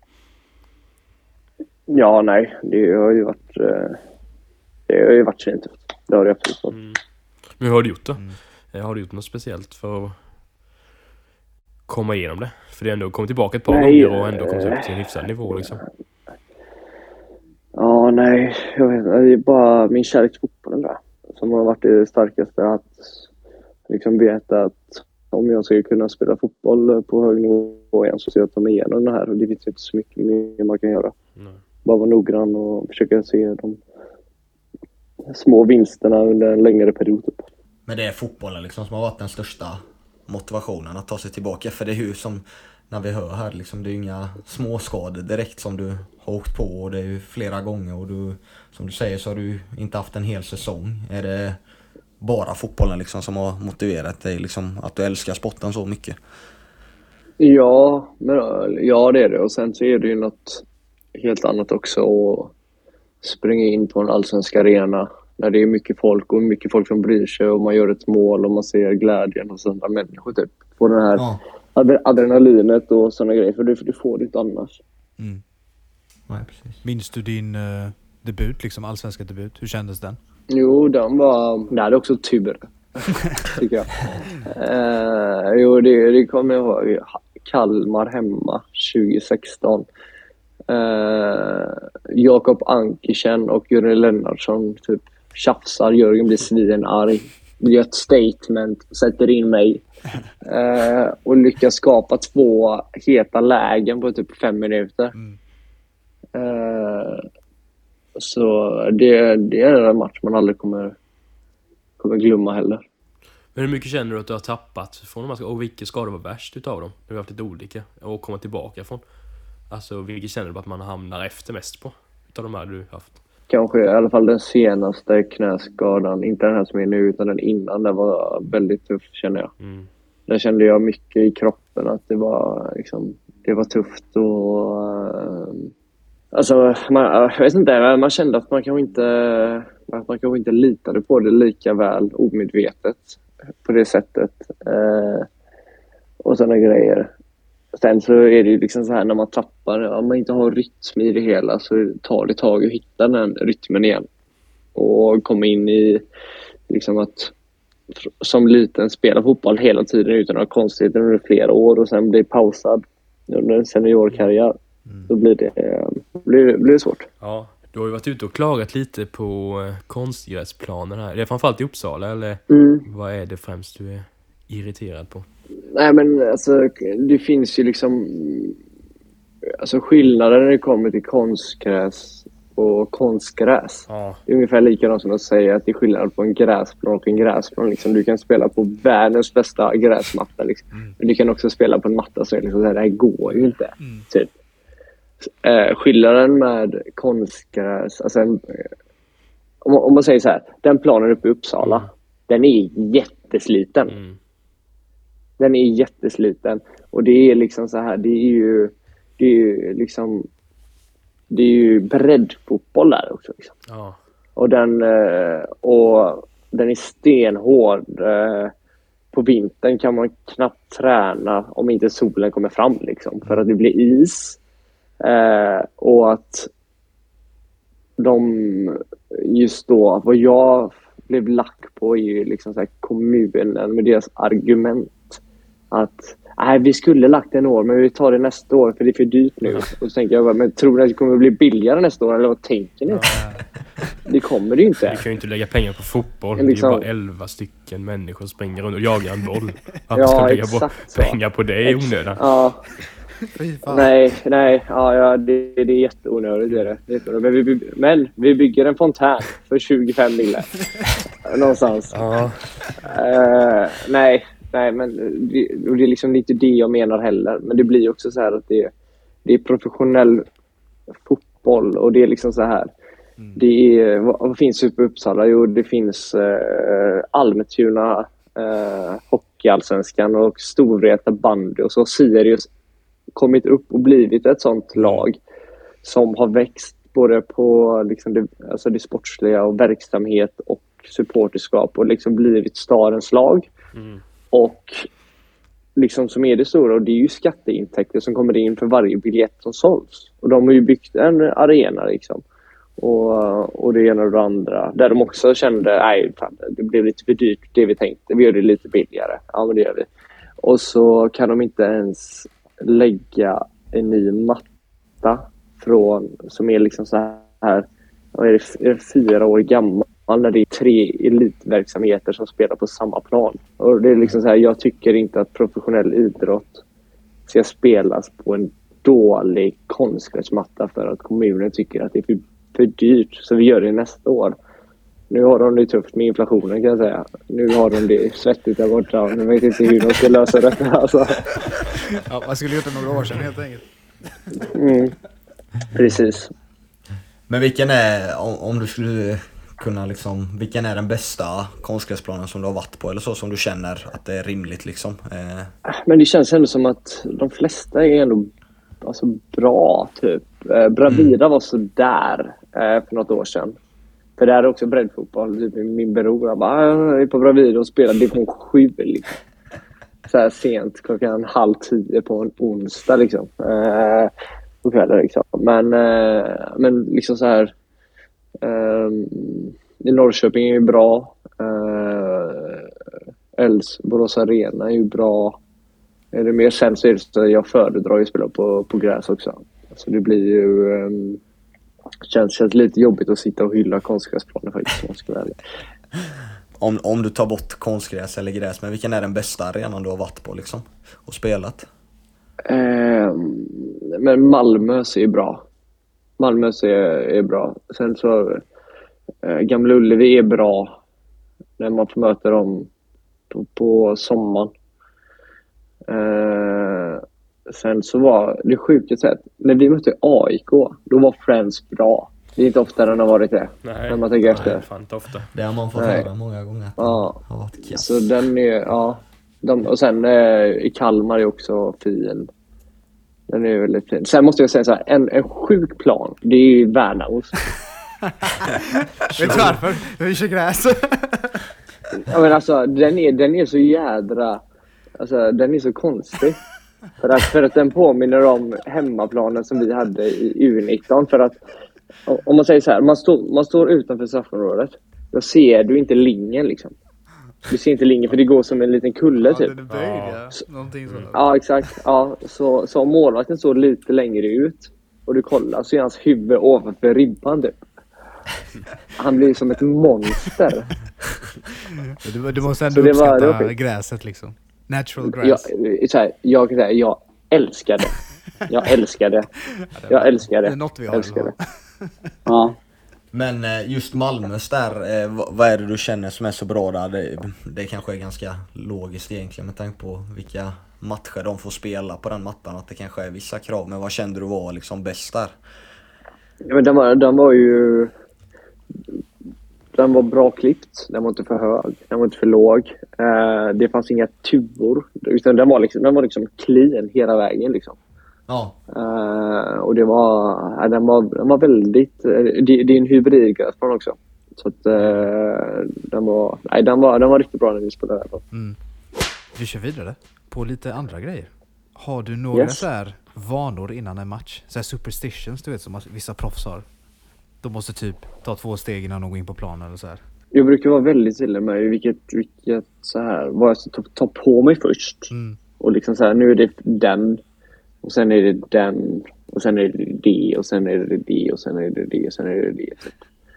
Ja, nej. Det har ju varit det har ju varit så tufft. Det har det absolut varit. Mm. Men hur har du gjort då? Mm. Har du gjort något speciellt för att komma igenom det? För det är ändå kommit tillbaka ett par nej, gånger och ändå kommit upp till en hyfsad nivå liksom. Ja, nej. Jag vet inte. Det är bara min kärlek till fotbollen där. Som har varit det starkaste. Att liksom veta att om jag ska kunna spela fotboll på hög nivå igen så ska jag ta mig igenom det här. Och det finns inte så mycket mer man kan göra. Nej. Bara vara noggrann och försöka se de små vinsterna under en längre period. Men det är fotbollen liksom som har varit den största motivationen att ta sig tillbaka. För det är ju som när vi hör här, liksom, det är ju inga små skador direkt som du har åkt på. Och det är ju flera gånger och du, som du säger så har du inte haft en hel säsong. Är det bara fotbollen liksom som har motiverat dig liksom, att du älskar sporten så mycket? Ja, men, ja det är det. Och sen så är det ju något helt annat också att springa in på en allsvensk arena när det är mycket folk och mycket folk som bryr sig och man gör ett mål och man ser glädjen hos andra människor typ. På den här ja. adrenalinet och sådana grejer, för du, för du får det inte annars. Mm. Nej, precis. Minns du din uh, debut, liksom allsvenska debut? Hur kändes den? Jo, den var... Det hade också tur, tycker jag. uh, jo, det, det kommer jag ihåg. Kalmar hemma tjugo sexton. Uh, Jakob Ankersen och Jörgen Lennartsson typ tjafsar. Jörgen blir svinarg. Gör ett statement, sätter in mig. Uh, och lyckas skapa två heta lägen på typ fem minuter. Mm. Uh, så det, det är en match man aldrig kommer kommer glömma heller. Men hur mycket känner du att du har tappat från de här, och vilka skador var värst utav dem? Du har haft lite olika och komma tillbaka från. Alltså vilka känner du att man hamnar efter mest på utav de här du haft? Kanske i alla fall den senaste knäskadan, inte den här som är nu utan den innan, den var väldigt tuff känner jag. Mm. Där kände jag mycket i kroppen att det var liksom, det var tufft och uh, alltså man, jag vet inte, man kände att man kanske inte att man kanske inte litade på det lika väl omedvetet på det sättet uh, och sådana grejer. Sen så är det ju liksom så här när man tappar, om man inte har rytm i det hela så tar det tag att hitta den rytmen igen och komma in i liksom att som liten spela fotboll hela tiden utan några konstigheter under flera år och sen bli pausad under en seniorkarriär. Mm. Då blir det, blir, blir det svårt. Ja, du har ju varit ute och klagat lite på konstgräsplanen här. Det är framförallt i Uppsala eller mm. vad är det främst du är irriterad på? Nej men alltså det finns ju liksom alltså skillnader när det kommer till konstgräs och konstgräs. Ja. Det är ungefär likadant som att säga att det är skillnad på en gräsplan och en gräsplan. Liksom, du kan spela på världens bästa gräsmatta. Liksom. Mm. Men du kan också spela på en matta så är det liksom, det här går ju inte. Mm. Typ. Eh, skillnaden med konstgräs, alltså en, om, om man säger så här, den planen uppe i Uppsala, mm. den är jättesliten. Mm. Den är jättesliten. Och det är liksom så här, det är ju, det är ju liksom det är ju breddfotboll där också. Liksom. Ja. Och, den, och den är stenhård. På vintern kan man knappt träna om inte solen kommer fram. Liksom, för att det blir is. Och att de just då, vad jag blev lack på är ju liksom så här kommunen med deras argument. Att nej, vi skulle lagt en år, men vi tar det nästa år för det är för dyrt nu. Och så tänker jag, men tror ni att det kommer att bli billigare nästa år? Eller vad tänker ni? Ja. Det kommer det ju inte. Vi kan ju inte lägga pengar på fotboll. Liksom... Det är ju bara elva stycken människor som springer runt och jagar en boll. Varför ska ja, lägga på pengar på det i onödan? Ja. nej, nej. Ja, ja, det, det är jätteonödigt. Det är det. Det är jätteonödigt. Men, vi, men vi bygger en fontän för tjugofem miljoner. Någonstans. Ja. Uh, nej. Nej, men det, och det är liksom inte det jag menar heller. Men det blir också så här att det, det är professionell fotboll och det är liksom så här. Mm. Det är, vad, vad finns uppe i Uppsala? Jo, det finns eh, Almtuna, eh, Hockeyallsvenskan och Storvreta bandy och så Sirius kommit upp och blivit ett sånt lag som har växt både på liksom det, alltså det sportsliga och verksamhet och supporterskap och liksom blivit stadens lag. Mm. Och liksom som är det stora, och det är ju skatteintäkter som kommer in för varje biljett som såls. Och de har ju byggt en arena liksom. Och, och det ena och det andra. Där de också kände, nej fan, det blev lite för dyrt det vi tänkte. Vi gör det lite billigare. Ja, men det gör vi. Och så kan de inte ens lägga en ny matta från, som är liksom så här, är det, är det fyra år gammal. När det är tre elitverksamheter som spelar på samma plan. Och det är liksom så här, jag tycker inte att professionell idrott ska spelas på en dålig konstgräsmatta för att kommunen tycker att det är för, för dyrt. Så vi gör det nästa år. Nu har de det tufft med inflationen kan jag säga. Nu har de det svettigt där borta. Nu vet inte hur de ska lösa det. Alltså. Ja, man skulle gjort det några år sedan helt enkelt. Mm. Precis. Men vilken är, om, om du skulle kunna liksom, vilken är den bästa konstgräsplanen som du har varit på eller så som du känner att det är rimligt liksom? Eh. Men det känns ändå som att de flesta är ändå alltså, bra typ. Eh, Bravida mm. var så där eh, för något år sedan. För det är också breddfotboll. Typ min bror bara, jag är på Bravida och spelar division sju liksom. Så här sent klockan halv tio på en onsdag liksom. Eh, på kvällen liksom. Men, eh, men liksom så här Um, i Norrköping är ju bra. uh, Älvsborgs arena är ju bra. Är det mer sen så är det så jag föredrar att spela på, på gräs också. Så det blir ju um, känns, känns lite jobbigt att sitta och hylla konstgräsplaner faktiskt, om, ska välja. om, om du tar bort konstgräs eller gräs, men vilken är den bästa arenan du har varit på liksom och spelat? Um, men Malmö är bra. Malmö är, är bra. Sen så äh, Gamla Ullevi är bra. när man får möta dem på, på sommaren. Eh, sen så var det sjukt sett, när vi mötte A I K, då var Friends bra. Det är inte ofta den har varit det. Nej, när man tänker efter. nej, fan inte ofta. Det har man fått Nej. höra många gånger. Att Ja. har varit kass. Så den är, ja. De, och sen eh, i Kalmar är också fin. Den är väldigt fin. Sen måste jag säga så här, en, en sjuk plan, det är ju Värnamos. Vet du varför? Vi kör gräs. Ja, men alltså, den är, den är så jädra... Alltså, den är så konstig. För att, för att den påminner om hemmaplanen som vi hade i U nitton. För att, om man säger så här, man står, man står utanför straffområdet. Då ser du inte linjen liksom. Du ser inte linjen för det går som en liten kulle typ. Ja, den är böjd, ja. Någonting sådär. Ja, exakt. Ja, så, så om målvakten står lite längre ut och du kollar så är hans huvud ovanför ribban typ. Han blir som ett monster. Du, du måste ändå Så det var- uppskatta det var skit. gräset liksom. Natural Jag, grass. så här, jag kan säga, jag älskar det. Jag älskar det. Jag älskar det. Det är något vi har. Jag älskar eller det. Ja. Men eh, just Malmös där, eh, vad, vad är det du känner som är så bra där? Det, det kanske är ganska logiskt egentligen med tanke på vilka matcher de får spela på den mattan. Att det kanske är vissa krav, men vad kände du var liksom bäst där? Ja, men den var, den var ju... Den var bra klippt. Den var inte för hög. Den var inte för låg. Eh, det fanns inga tuvor. Utan den var liksom, den var liksom clean hela vägen liksom. Ja, Eh, och det var, ja, den var, den var väldigt, eh, det, det är en hybridgräsplan också. Så att eh, den var, nej den var, den var riktigt bra när vi spelade där. Mm. Vi kör vidare på lite andra grejer. Har du några Yes. så här vanor innan en match? Så här superstitions, du vet, som vissa proffs har. De måste typ ta två steg innan de går in på planen eller så här. Jag brukar vara väldigt tydlig med vilket, vilket så här, vad jag ska ta, ta på mig först. Mm. Och liksom så här, nu är det den. Och sen är det den. Och sen är det det. Och sen är det det. Och sen är det det. Och sen är det det. Typ.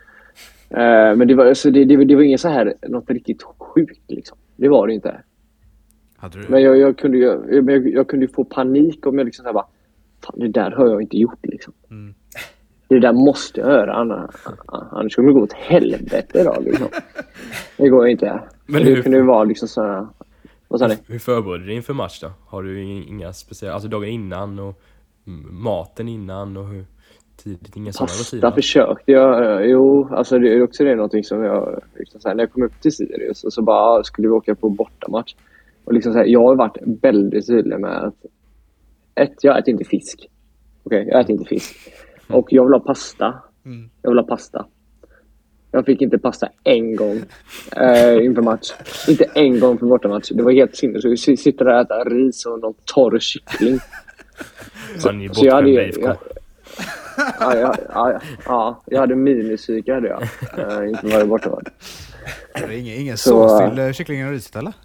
Uh, men det var, alltså, det, det, det var inget så här, något riktigt sjukt liksom. Det var det inte. Hade du? Men jag, jag, kunde, ju- jag, jag, jag kunde ju få panik om jag liksom så här bara, fan det där har jag inte gjort liksom. Mm. Det där måste jag göra, annars, annars kommer det gå åt helvete då liksom. Det går ju inte. Men Men det hur- kunde ju vara liksom så här, vad sa ni? Hur förbereder du dig inför match då? Har du inga speciella, alltså dagen innan och mm, maten innan och hur tidigt, inga sådana Pasta rutiner? försökte jag, eh, jo, alltså det är också det någonting som jag, liksom så här, när jag kom upp till Sirius och så bara skulle vi åka på bortamatch. Och liksom så här, jag har varit väldigt tydlig med att ett, jag äter inte fisk. Okej, jag äter inte fisk. Och jag vill ha pasta. Mm. Jag vill ha pasta. Jag fick inte pasta en gång eh, inför match. Inte en gång för bortamatch. Det var helt sinnessjukt. Vi sitter där och äter ris och någon torr kyckling. Man är Så jag hade bortskämd ju... med I F K. Jag, ja, ja, ja, ja, jag hade minipsyke hade jag. Eh, inte varje bortamatch. Det är ingen, ingen Så- sås till uh, kycklingen och riset eller?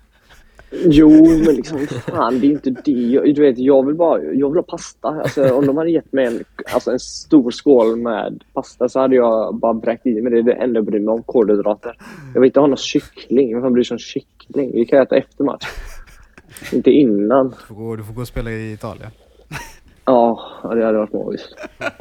Jo, men liksom fan, det är inte det. Jag, du vet, jag vill bara jag vill ha pasta. Alltså, om de hade gett mig en, alltså, en stor skål med pasta så hade jag bara bräckt i mig det. Det enda bryr mig om kolhydrater. Jag vill inte ha någon kyckling. Vem fan bryr sig om kyckling? Vi kan äta efter match. Inte innan. Du får gå, du får gå och spela i Italien. Ja, det hade varit magiskt.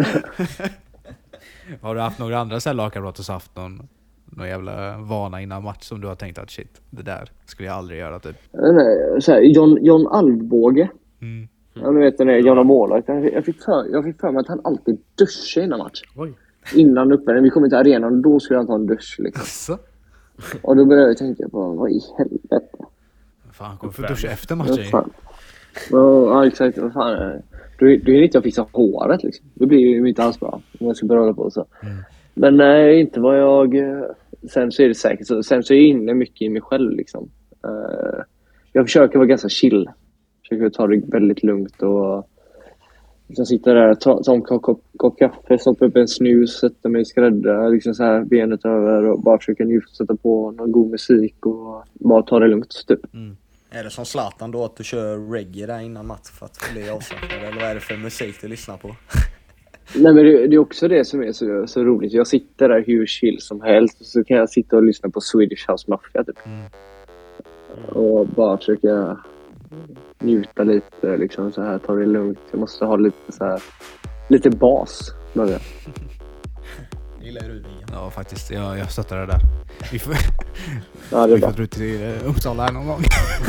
Har du haft några andra så här lagkamrater som haft någon, någon jävla vana innan match som du har tänkt att shit, det där skulle jag aldrig göra typ? Nej, så här, John, John Alvbåge. Mm. Ja, nu vet ni, John målvakt. Jag, jag, fick för, jag fick för mig att han alltid duschar innan match. Oj. Innan uppe, när vi kom till arenan, och då skulle han ta en dusch liksom. Så? Och då började jag tänka på, vad i helvete? Fan, han kommer få duscha efter Vad matchen. fan? Ja, exakt. Vad fan är det? Då, då är det inte jag fixa håret liksom. Det blir ju inte alls bra om jag ska börja hålla på så. Mm. Men nej, inte vad jag... eh, Sen så är det säkert så. Sen så är jag inne mycket i mig själv liksom. Eh, Jag försöker vara ganska chill. Försöker ta det väldigt lugnt och... Liksom sitta där, ta, ta en kopp, kopp, kopp kaffe, stoppa upp en snus, sätta mig i skrädda, liksom så här benet över och bara försöka njuta, sätta på någon god musik och bara ta det lugnt typ. är det som Zlatan då att du kör reggae där innan match för att bli avslappnad? Eller vad är det för musik du lyssnar på? Nej, men det, det är också det som är så, så roligt. Jag sitter där hur chill som helst och så kan jag sitta och lyssna på Swedish House Mafia typ. Mm. Och bara försöka njuta lite liksom så här, ta det lugnt. Jag måste ha lite så här, lite bas. Bara. Gillar du det? Ja, faktiskt. Jag, jag stöttar det där. Vi får, Ja, det är vi bra. får dra ut till eh, Uppsala här någon gång.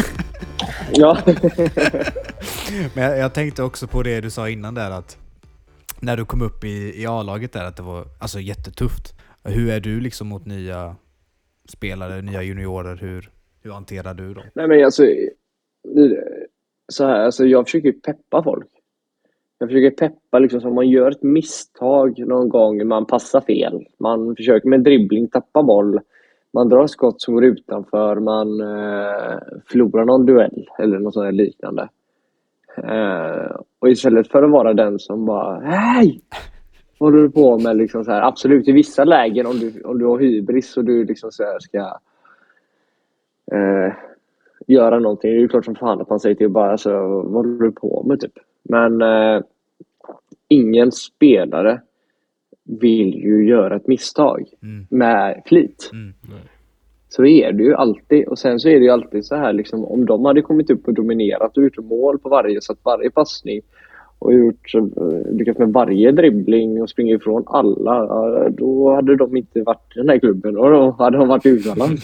Ja. Men jag, jag tänkte också på det du sa innan där, att när du kom upp i, i A-laget där, att det var alltså jättetufft. Hur är du liksom mot nya spelare, nya juniorer? Hur, hur hanterar du dem? Nej, men alltså, så här, alltså jag försöker peppa folk. Jag försöker peppa liksom, så om man gör ett misstag någon gång, man passar fel, man försöker med dribbling tappa boll, man drar skott som går utanför, man eh, förlorar någon duell eller något sånt här liknande. Eh, och istället för att vara den som bara hej! Vad håller du på med liksom så här, absolut i vissa lägen om du, om du har hybris och du liksom så här ska eh, göra någonting, det är ju klart som fan att man säger till bara alltså, vad håller du på med typ. Men eh, ingen spelare vill ju göra ett misstag Mm. med flit. Mm. Så är det ju alltid. Och sen så är det ju alltid så här liksom, om de hade kommit upp och dominerat och gjort mål på varje, så att varje passning och gjort lyckats med varje dribbling och springa ifrån alla, då hade de inte varit i den här klubben och då hade de varit utomlands.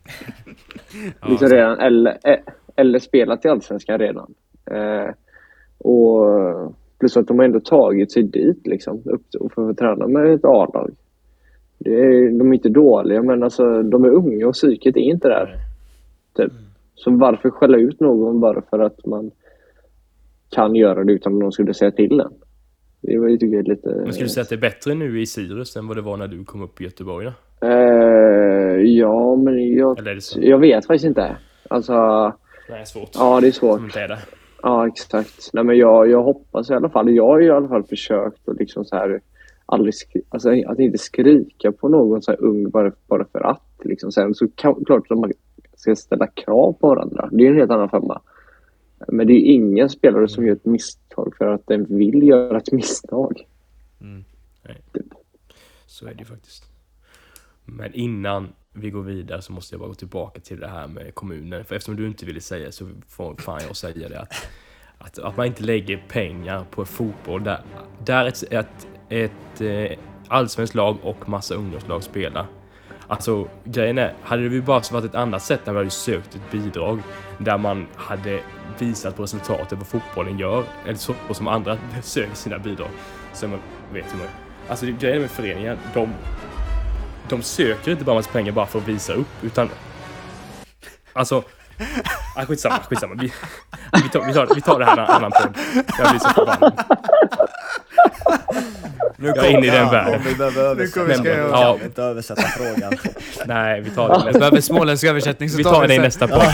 Ja, liksom redan, eller, eller spelat i Allsvenskan redan. Eh, och plus att de har ändå tagit sig dit liksom, upp och får träna med ett A-lag. Det är, de är inte dåliga, men alltså, de är unga och psyket är inte där. Typ. Så varför skälla ut någon bara för att man kan göra det utan att någon skulle säga till en? Det var ju tycker jag lite... Men skulle du säga att det är bättre nu i Sirius än vad det var när du kom upp i Göteborg då? Eh, ja, men jag, Eller är det så? jag vet faktiskt inte. Alltså, Nej, det är svårt. ja, det är svårt. Som inte är det. Ja, exakt. Nej, men jag, jag hoppas i alla fall. Jag har i alla fall försökt att liksom så här, aldrig skri- alltså, att inte skrika på någon så här ung bara, bara för att. Liksom. Sen så kan, klart att man ska ställa krav på varandra. Det är en helt annan femma. Men det är ingen spelare som gör ett misstag för att den vill göra ett misstag. Mm. Nej. Så är det ju faktiskt. Men innan vi går vidare så måste jag bara gå tillbaka till det här med kommunen. För eftersom du inte ville säga så får fan jag säga det. Att, att, att man inte lägger pengar på fotboll. Där, där ett, ett, ett, ett allsvenskt lag och massa ungdomslag spelar. Alltså grejen är, hade det ju bara varit ett annat sätt där man hade sökt ett bidrag där man hade visat på resultatet vad fotbollen gör, eller så som andra söker sina bidrag, så man vet hur man. Alltså det, grejen med föreningen, de de söker inte bara massa pengar bara för att visa upp, utan alltså ah, skitsamma, skitsamma. Vi, vi, tar, vi, tar, vi tar det här en annan podd. Jag blir så förbannad. Nu Jag är inne i den världen. Om vi behöver översätta, Nu kommer vi ska- kan ja. vi inte översätta frågan. Nej, vi tar det Vi nästa. behöver småländsk översättning, så Vi tar det i sen. nästa podd.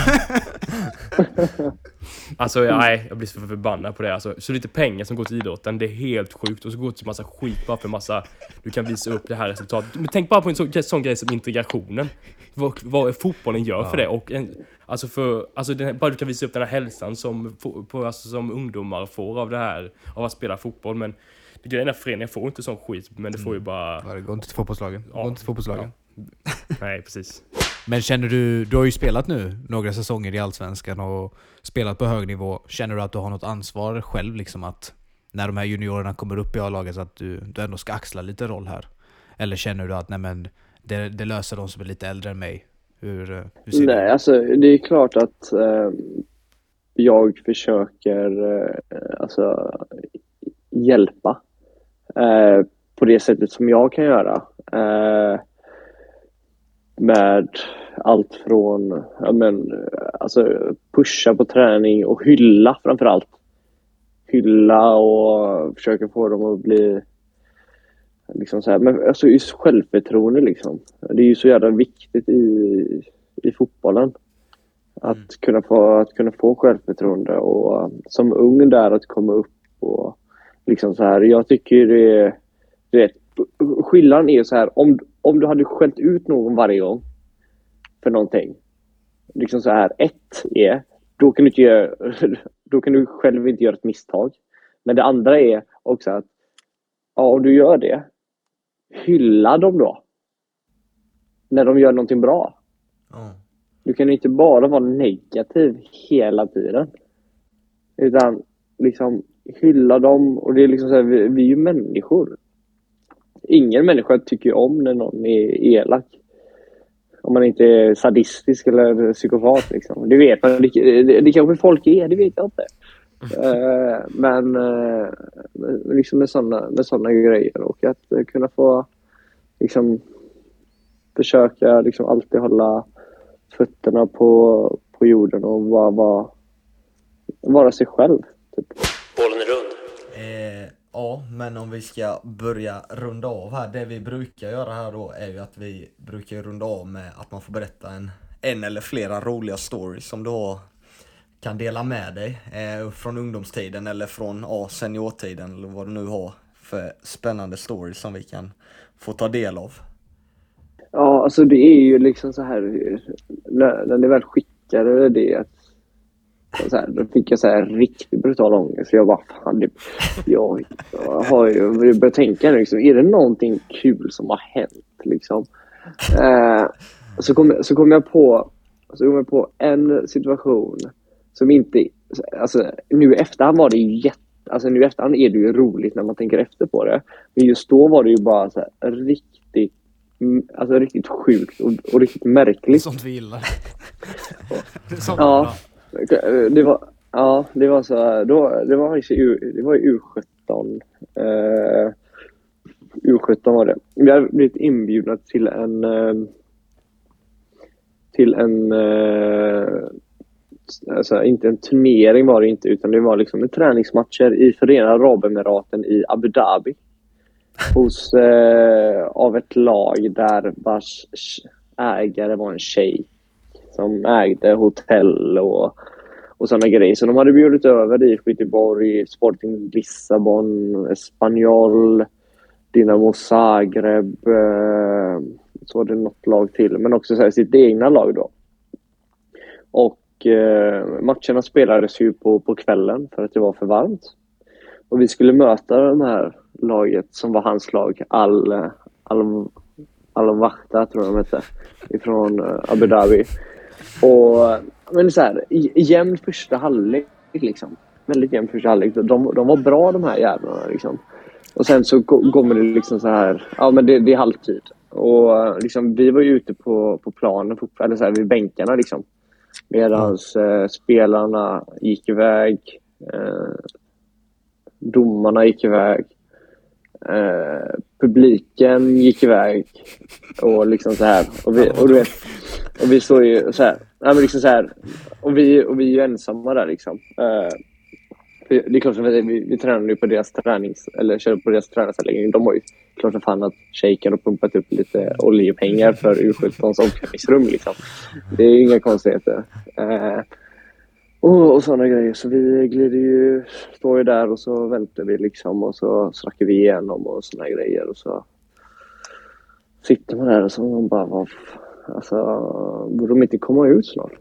Alltså jag, nej, jag blir så förbannad på det. Alltså, så lite pengar som går till idrotten, det är helt sjukt. Och så går det till massa skit bara för massa. Du kan visa upp det här resultatet. Men tänk bara på en sån, sån grej som integrationen. Vad, vad fotbollen gör för det. Och en, alltså för, alltså den, bara du kan visa upp den här hälsan som, på, alltså som ungdomar får av det här, av att spela fotboll. Men det grejen är att föreningen får inte sån skit, men det får ju bara... Ja, det går inte till fotbollslagen. Det går inte till fotbollslagen. Ja. Nej, precis. Men känner du, du har ju spelat nu några säsonger i Allsvenskan och spelat på hög nivå. Känner du att du har något ansvar själv liksom, att när de här juniorerna kommer upp i A-laget så att du, du ändå ska axla lite roll här? Eller känner du att nej, men det, det löser de som är lite äldre än mig? Hur, hur ser Nej, du? alltså det är klart att eh, jag försöker eh, alltså hjälpa eh, på det sättet som jag kan göra. Eh, med allt från ja, men, alltså, pusha på träning och hylla framförallt. Hylla och försöka få dem att bli liksom så här, men alltså just självförtroende liksom. Det är ju så jävla viktigt i, i fotbollen. Att, mm. kunna få, att kunna få självförtroende och som ung där att komma upp och liksom så här. Jag tycker det, det är skillnaden är så här, om, om du hade skällt ut någon varje gång för någonting. Liksom så här, ett är, då kan du inte göra, då kan du själv inte göra ett misstag. Men det andra är också att ja, om du gör det, hylla dem då. När de gör någonting bra. Mm. Du kan inte bara vara negativ hela tiden. Utan liksom hylla dem. Och det är liksom så här, vi, vi är ju människor. Ingen människa tycker om när någon är elak. om man inte är sadistisk eller psykopat liksom. Det vet man, det, det, det kanske folk är, det vet jag inte. uh, men uh, liksom med sådana med sådana grejer och att uh, kunna få liksom försöka liksom alltid hålla fötterna på, på jorden och vara, vara, vara sig själv typ. Bollen är rund. Eh, ja, men om vi ska börja runda av här. Det vi brukar göra här då är ju att vi brukar runda av med att man får berätta en, en eller flera roliga stories som du har, kan dela med dig eh, från ungdomstiden eller från ja, seniortiden eller vad du nu har för spännande stories som vi kan få ta del av. Ja, alltså det är ju liksom så här när, när ni väl skickade det att så här, då fick jag så här riktigt brutal ångest. Så jag bara, fan, det, jag, jag har ju börjat tänka liksom, är det någonting kul som har hänt liksom? Eh, så kom, så kom jag på så kom jag på en situation som inte, alltså nu i efterhand var det ju jätte, alltså nu i efterhand är det ju roligt när man tänker efter på det. Men just då var det ju bara så här riktigt, alltså riktigt sjukt och, och riktigt märkligt. Sånt vi gillar. Sånt ja. Det var ja, det var så då det var ju det var ju U sjutton. Eh, U sjutton var det. Vi hade blivit inbjudna till en eh, till en eh, alltså inte en turnering var det inte, utan det var liksom en träningsmatcher i Förenade Arabemiraten i Abu Dhabi. Hos eh, av ett lag där vars ägare var en tjej som ägde hotell och, och sådana grejer. Så de hade bjudit över dit Göteborg, Sporting Lissabon, Espanyol, Dinamo Zagreb, eh, så var det något lag till. Men också så här, sitt egna lag då. Och eh, matcherna spelades ju på, på kvällen för att det var för varmt. Och vi skulle möta de här laget som var hans lag, Al, Al, Al-Wahda tror jag de hette, ifrån uh, Abu Dhabi. Och men så här, jämn första halvlek liksom. Väldigt jämn första halvlek. De, de var bra de här jävlarna liksom. Och sen så kommer det liksom så här, ja men det, det är halvtid. Och liksom vi var ju ute på, på planen, eller så här vid bänkarna liksom. Medan uh, spelarna gick iväg, uh, domarna gick iväg. Uh, publiken gick iväg och liksom så här och vi och du vet och vi såg ju så här, ja men liksom så här och vi och vi är ju ensamma där liksom. Uh, det är klart att vi, vi tränade ju på deras tränings eller körde på deras träningsanläggning. De har ju klart att fan att shaken och pumpat upp lite oljepengar för U sjuttons omklädningsrum liksom. Det är ju inga konstigheter. Uh, Och, och sådana grejer. Så vi glider ju, står ju där och så väntar vi liksom och så snackar vi igenom och sådana grejer. Och så sitter man där och så man bara, vad, alltså, borde de inte komma ut snart?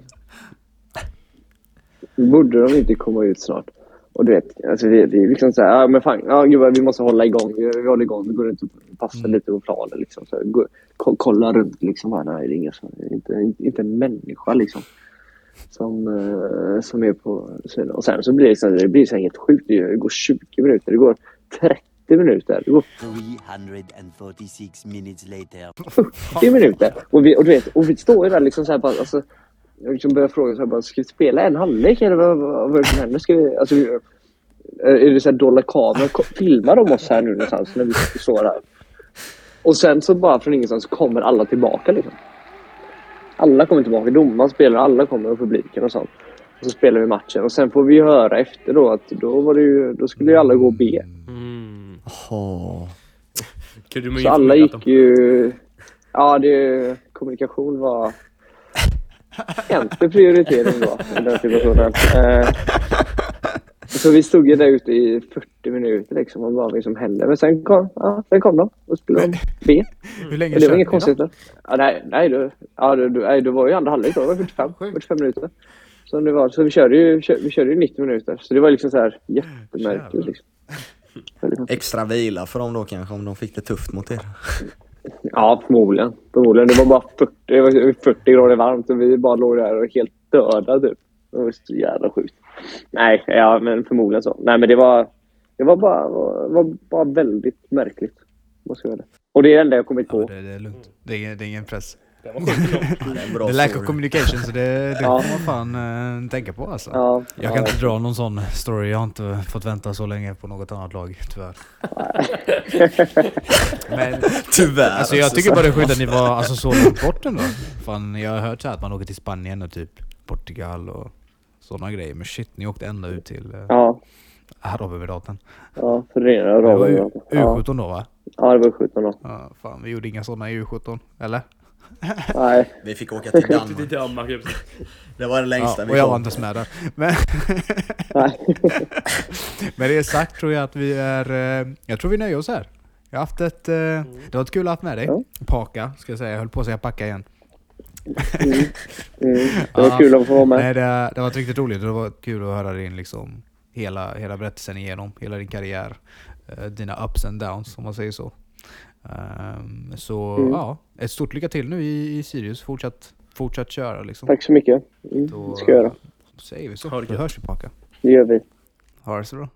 Borde de inte komma ut snart? Och du vet, alltså det, det är liksom så här, ja men fan, ja, gud, vi måste hålla igång. Vi, vi håller igång, vi går inte och passar lite på planen liksom. Så gå, kolla runt liksom, här, nej det är inga, inte, inte en människa liksom. Som, uh, som är på sidan. Och sen så blir det så, det blir så helt sjukt. Det går tjugo minuter, det går trettio minuter, det går trehundrafyrtiosex minutes later. fyrtio minuter. Och vi, och du vet, och vi står ju där liksom så här bara, alltså, jag liksom börjar fråga så här bara, ska vi spela en halvlek eller vad, vad, vad händer? Ska vi, alltså, är det så här dolda kameror? Filmar de oss här nu någonstans när vi står här? Och sen så bara från ingenstans kommer alla tillbaka liksom. Alla kommer tillbaka, domaren spelar, alla kommer och publiken och sånt. Och så spelar vi matchen och sen får vi höra efter då att då var det ju, då skulle ju alla gå och be. Mm. Oh. Så alla gick ju, ja det, kommunikation var inte prioritering då i den situationen. Eh, så vi stod ju där ute i fyrtio minuter liksom och bara liksom hände. Men sen kom, ja, sen kom de och spelade de B. Hur länge det var inget konstigt då? Ja, nej, nej, du, ja, du, du, nej, det var ju andra halvlek då, det var fyrtiofem, fyrtiofem minuter. Så, det var, så vi körde ju kör, vi körde ju nittio minuter. Så det var liksom så här jättemärkligt liksom. Extra vila för dem då kanske, om de fick det tufft mot er. Ja, förmodligen. förmodligen. Det var bara fyrtio, det var fyrtio grader varmt och vi bara låg där och helt döda typ. Det var så jävla sjukt. Nej, ja, men förmodligen så. Nej, men det var det var bara var, var bara väldigt märkligt. Måste jag säga. Och det är det enda jag kommit på. Ja, det, det är lugnt. Det är, det är ingen press. Det var sjukt. Det är en bra Det lack of story. communication, så det, det Ja. får man fan äh, tänka på alltså. Ja, Jag kan ja. inte dra någon sån story, jag har inte fått vänta så länge på något annat lag, tyvärr. Men Tyvärr. alltså jag tycker bara det är sjukt att ni var alltså, så långt bort ändå. Fan, jag har hört så här att man åker till Spanien och typ Portugal och sådana grejer. Men shit, ni åkte ända ut till äh, Ja, Arabemiraten. ja, för det är Det var ju ja. U sjutton då, va? Ja, det var sjutton då. Ja, fan, vi gjorde inga sådana i U sjutton, eller? Nej. Vi fick åka till Till Danmark. Danmark. Det var det längsta Ja, vi och jag var kom. inte ens med där. Men, Nej. men det är sagt tror jag att vi är... eh, Jag tror vi nöjer oss här. Jag har haft ett... eh, Det var ett kul att ha haft med dig. Ja. Paka, ska jag säga. Jag höll på att säga packa igen. Mm. Mm. Det var Ja. kul att få vara med. Nej, det, det var riktigt roligt. Det var kul att höra din liksom... Hela, hela berättelsen igenom. Hela din karriär. eh, Dina ups and downs, om man säger så. Ehm, så Mm. ja, ett stort lycka till nu i, i Sirius. Fortsatt, fortsatt köra liksom. Tack så mycket. Mm. Då, Det ska jag göra. Då säger vi så. Ha det Då gött. hörs vi, Paka. Det gör vi. Ha det så bra.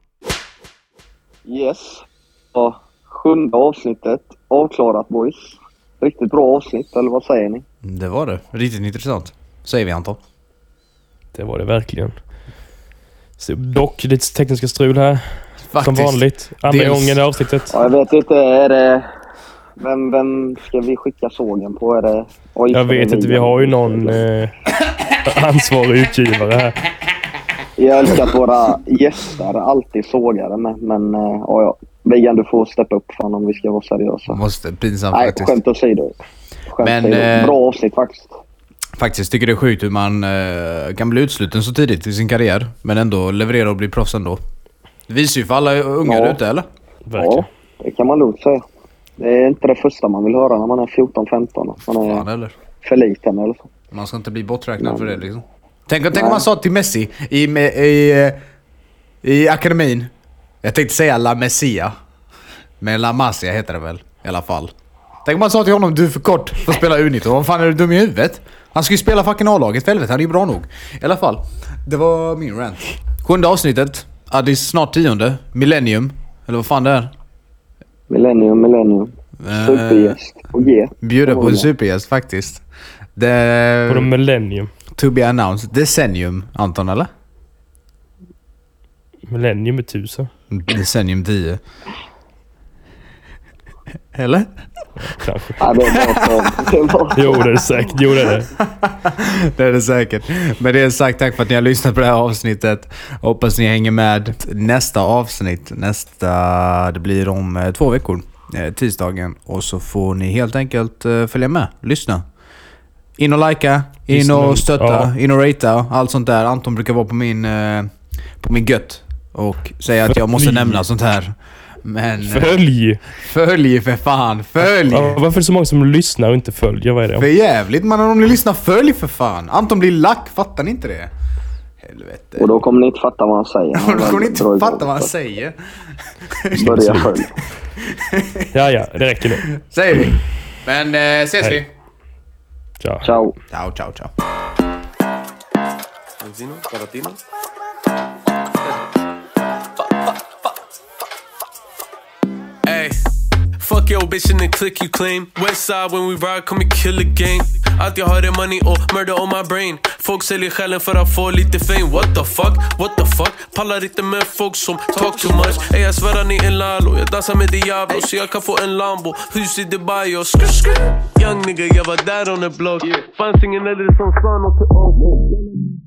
Yes. Ja, sjunde avsnittet avklarat, boys. Riktigt bra avsnitt, eller vad säger ni? Det var det. Riktigt intressant. Säger vi, Anton. Det var det verkligen. Så, dock lite tekniska strul här. Faktiskt. Som vanligt. Andra Dels- gången i avsnittet. Ja, jag vet inte, är det... Vem, vem ska vi skicka sågen på? Är det... Oj, Jag vet inte, vi har ju någon eh, ansvarig utgivare här. Jag älskar att våra gäster alltid sågar det, men, men ja, ja. Viggan, du får steppa upp fan om vi ska vara seriösa. Måste, pinsamt Nej, faktiskt. skämt åsido. Skämt Men, åsido. eh, Bra avsnitt faktiskt. Faktiskt tycker det är sjukt hur man eh, kan bli utsluten så tidigt i sin karriär. Men ändå leverera och bli proffs ändå. Det visar ju för alla unga Ja. ute, eller? Verkligen. Ja, det kan man lugnt säga. Det är inte det första man vill höra när man är fjorton femton. Man är Fan, eller? för liten eller så. Man ska inte bli borträknad Nej. för det liksom. Tänk, tänk om Nej. man sa till Messi i, i, i, i akademin. Jag tänkte säga La Messia. Men La Masia heter det väl i alla fall. Tänk om man sa till honom, du är för kort för att spela U nitton. Vad fan är du dum i huvudet? Han ska ju spela fucking A-laget för helvete, han är ju bra nog. I alla fall, det var min rant. Sjunde avsnittet, Addis snart tionde, Millennium. Eller vad fan det är. Millennium, millennium. Eh, Supergäst. Och G. Bjuda på en supergäst faktiskt. Det... På de millennium. To be announced. Decennium, Anton, eller? Millennium är tusen. Decennium tio. Eller? Kanske. Ja, det är bara för... Det är bara för... Jo, det är det säkert. Jo, det är det. Det är det säkert. Men det är sagt, tack för att ni har lyssnat på det här avsnittet. Hoppas ni hänger med. Nästa avsnitt, nästa, det blir om eh, två veckor. Eh, tisdagen. Och så får ni helt enkelt eh, följa med. Lyssna. In och likea, in Lyssna och ut. stötta, Ja. in och ratea. Allt sånt där. Anton brukar vara på min, eh, på min gött. Och säga att jag måste Följ. nämna sånt här. Men eh, Följ! följ för fan, följ! Ja, varför är det så många som lyssnar och inte följer? Vad är det? För jävligt, man, om ni lyssnar, följ för fan. Anton blir lack, fattar ni inte det? Helvete. Och då kommer ni inte fatta vad han säger. Och då kommer ni inte Dra igång. fatta vad han säger. Börja följ. Ja, ja, det räcker nu. Säger vi. Men eh, ses Hej. vi. Ciao. Ciao. Ciao, ciao, ciao. Hey, fuck your bitch and the click you claim. West side when we ride, come and kill the game. Allt jag har är money och murder on my brain. Folk säljer själen för att få lite fame. What the fuck, what the fuck. Pallar inte med folk som talk too much. Ey, jag svär ni en lalo. Jag dansar med Diablo så jag kan få en Lambo. Hus i Dubai och skr skr. Young nigga, jag var där on the block. Fanns ingen äldre som sa något till oss.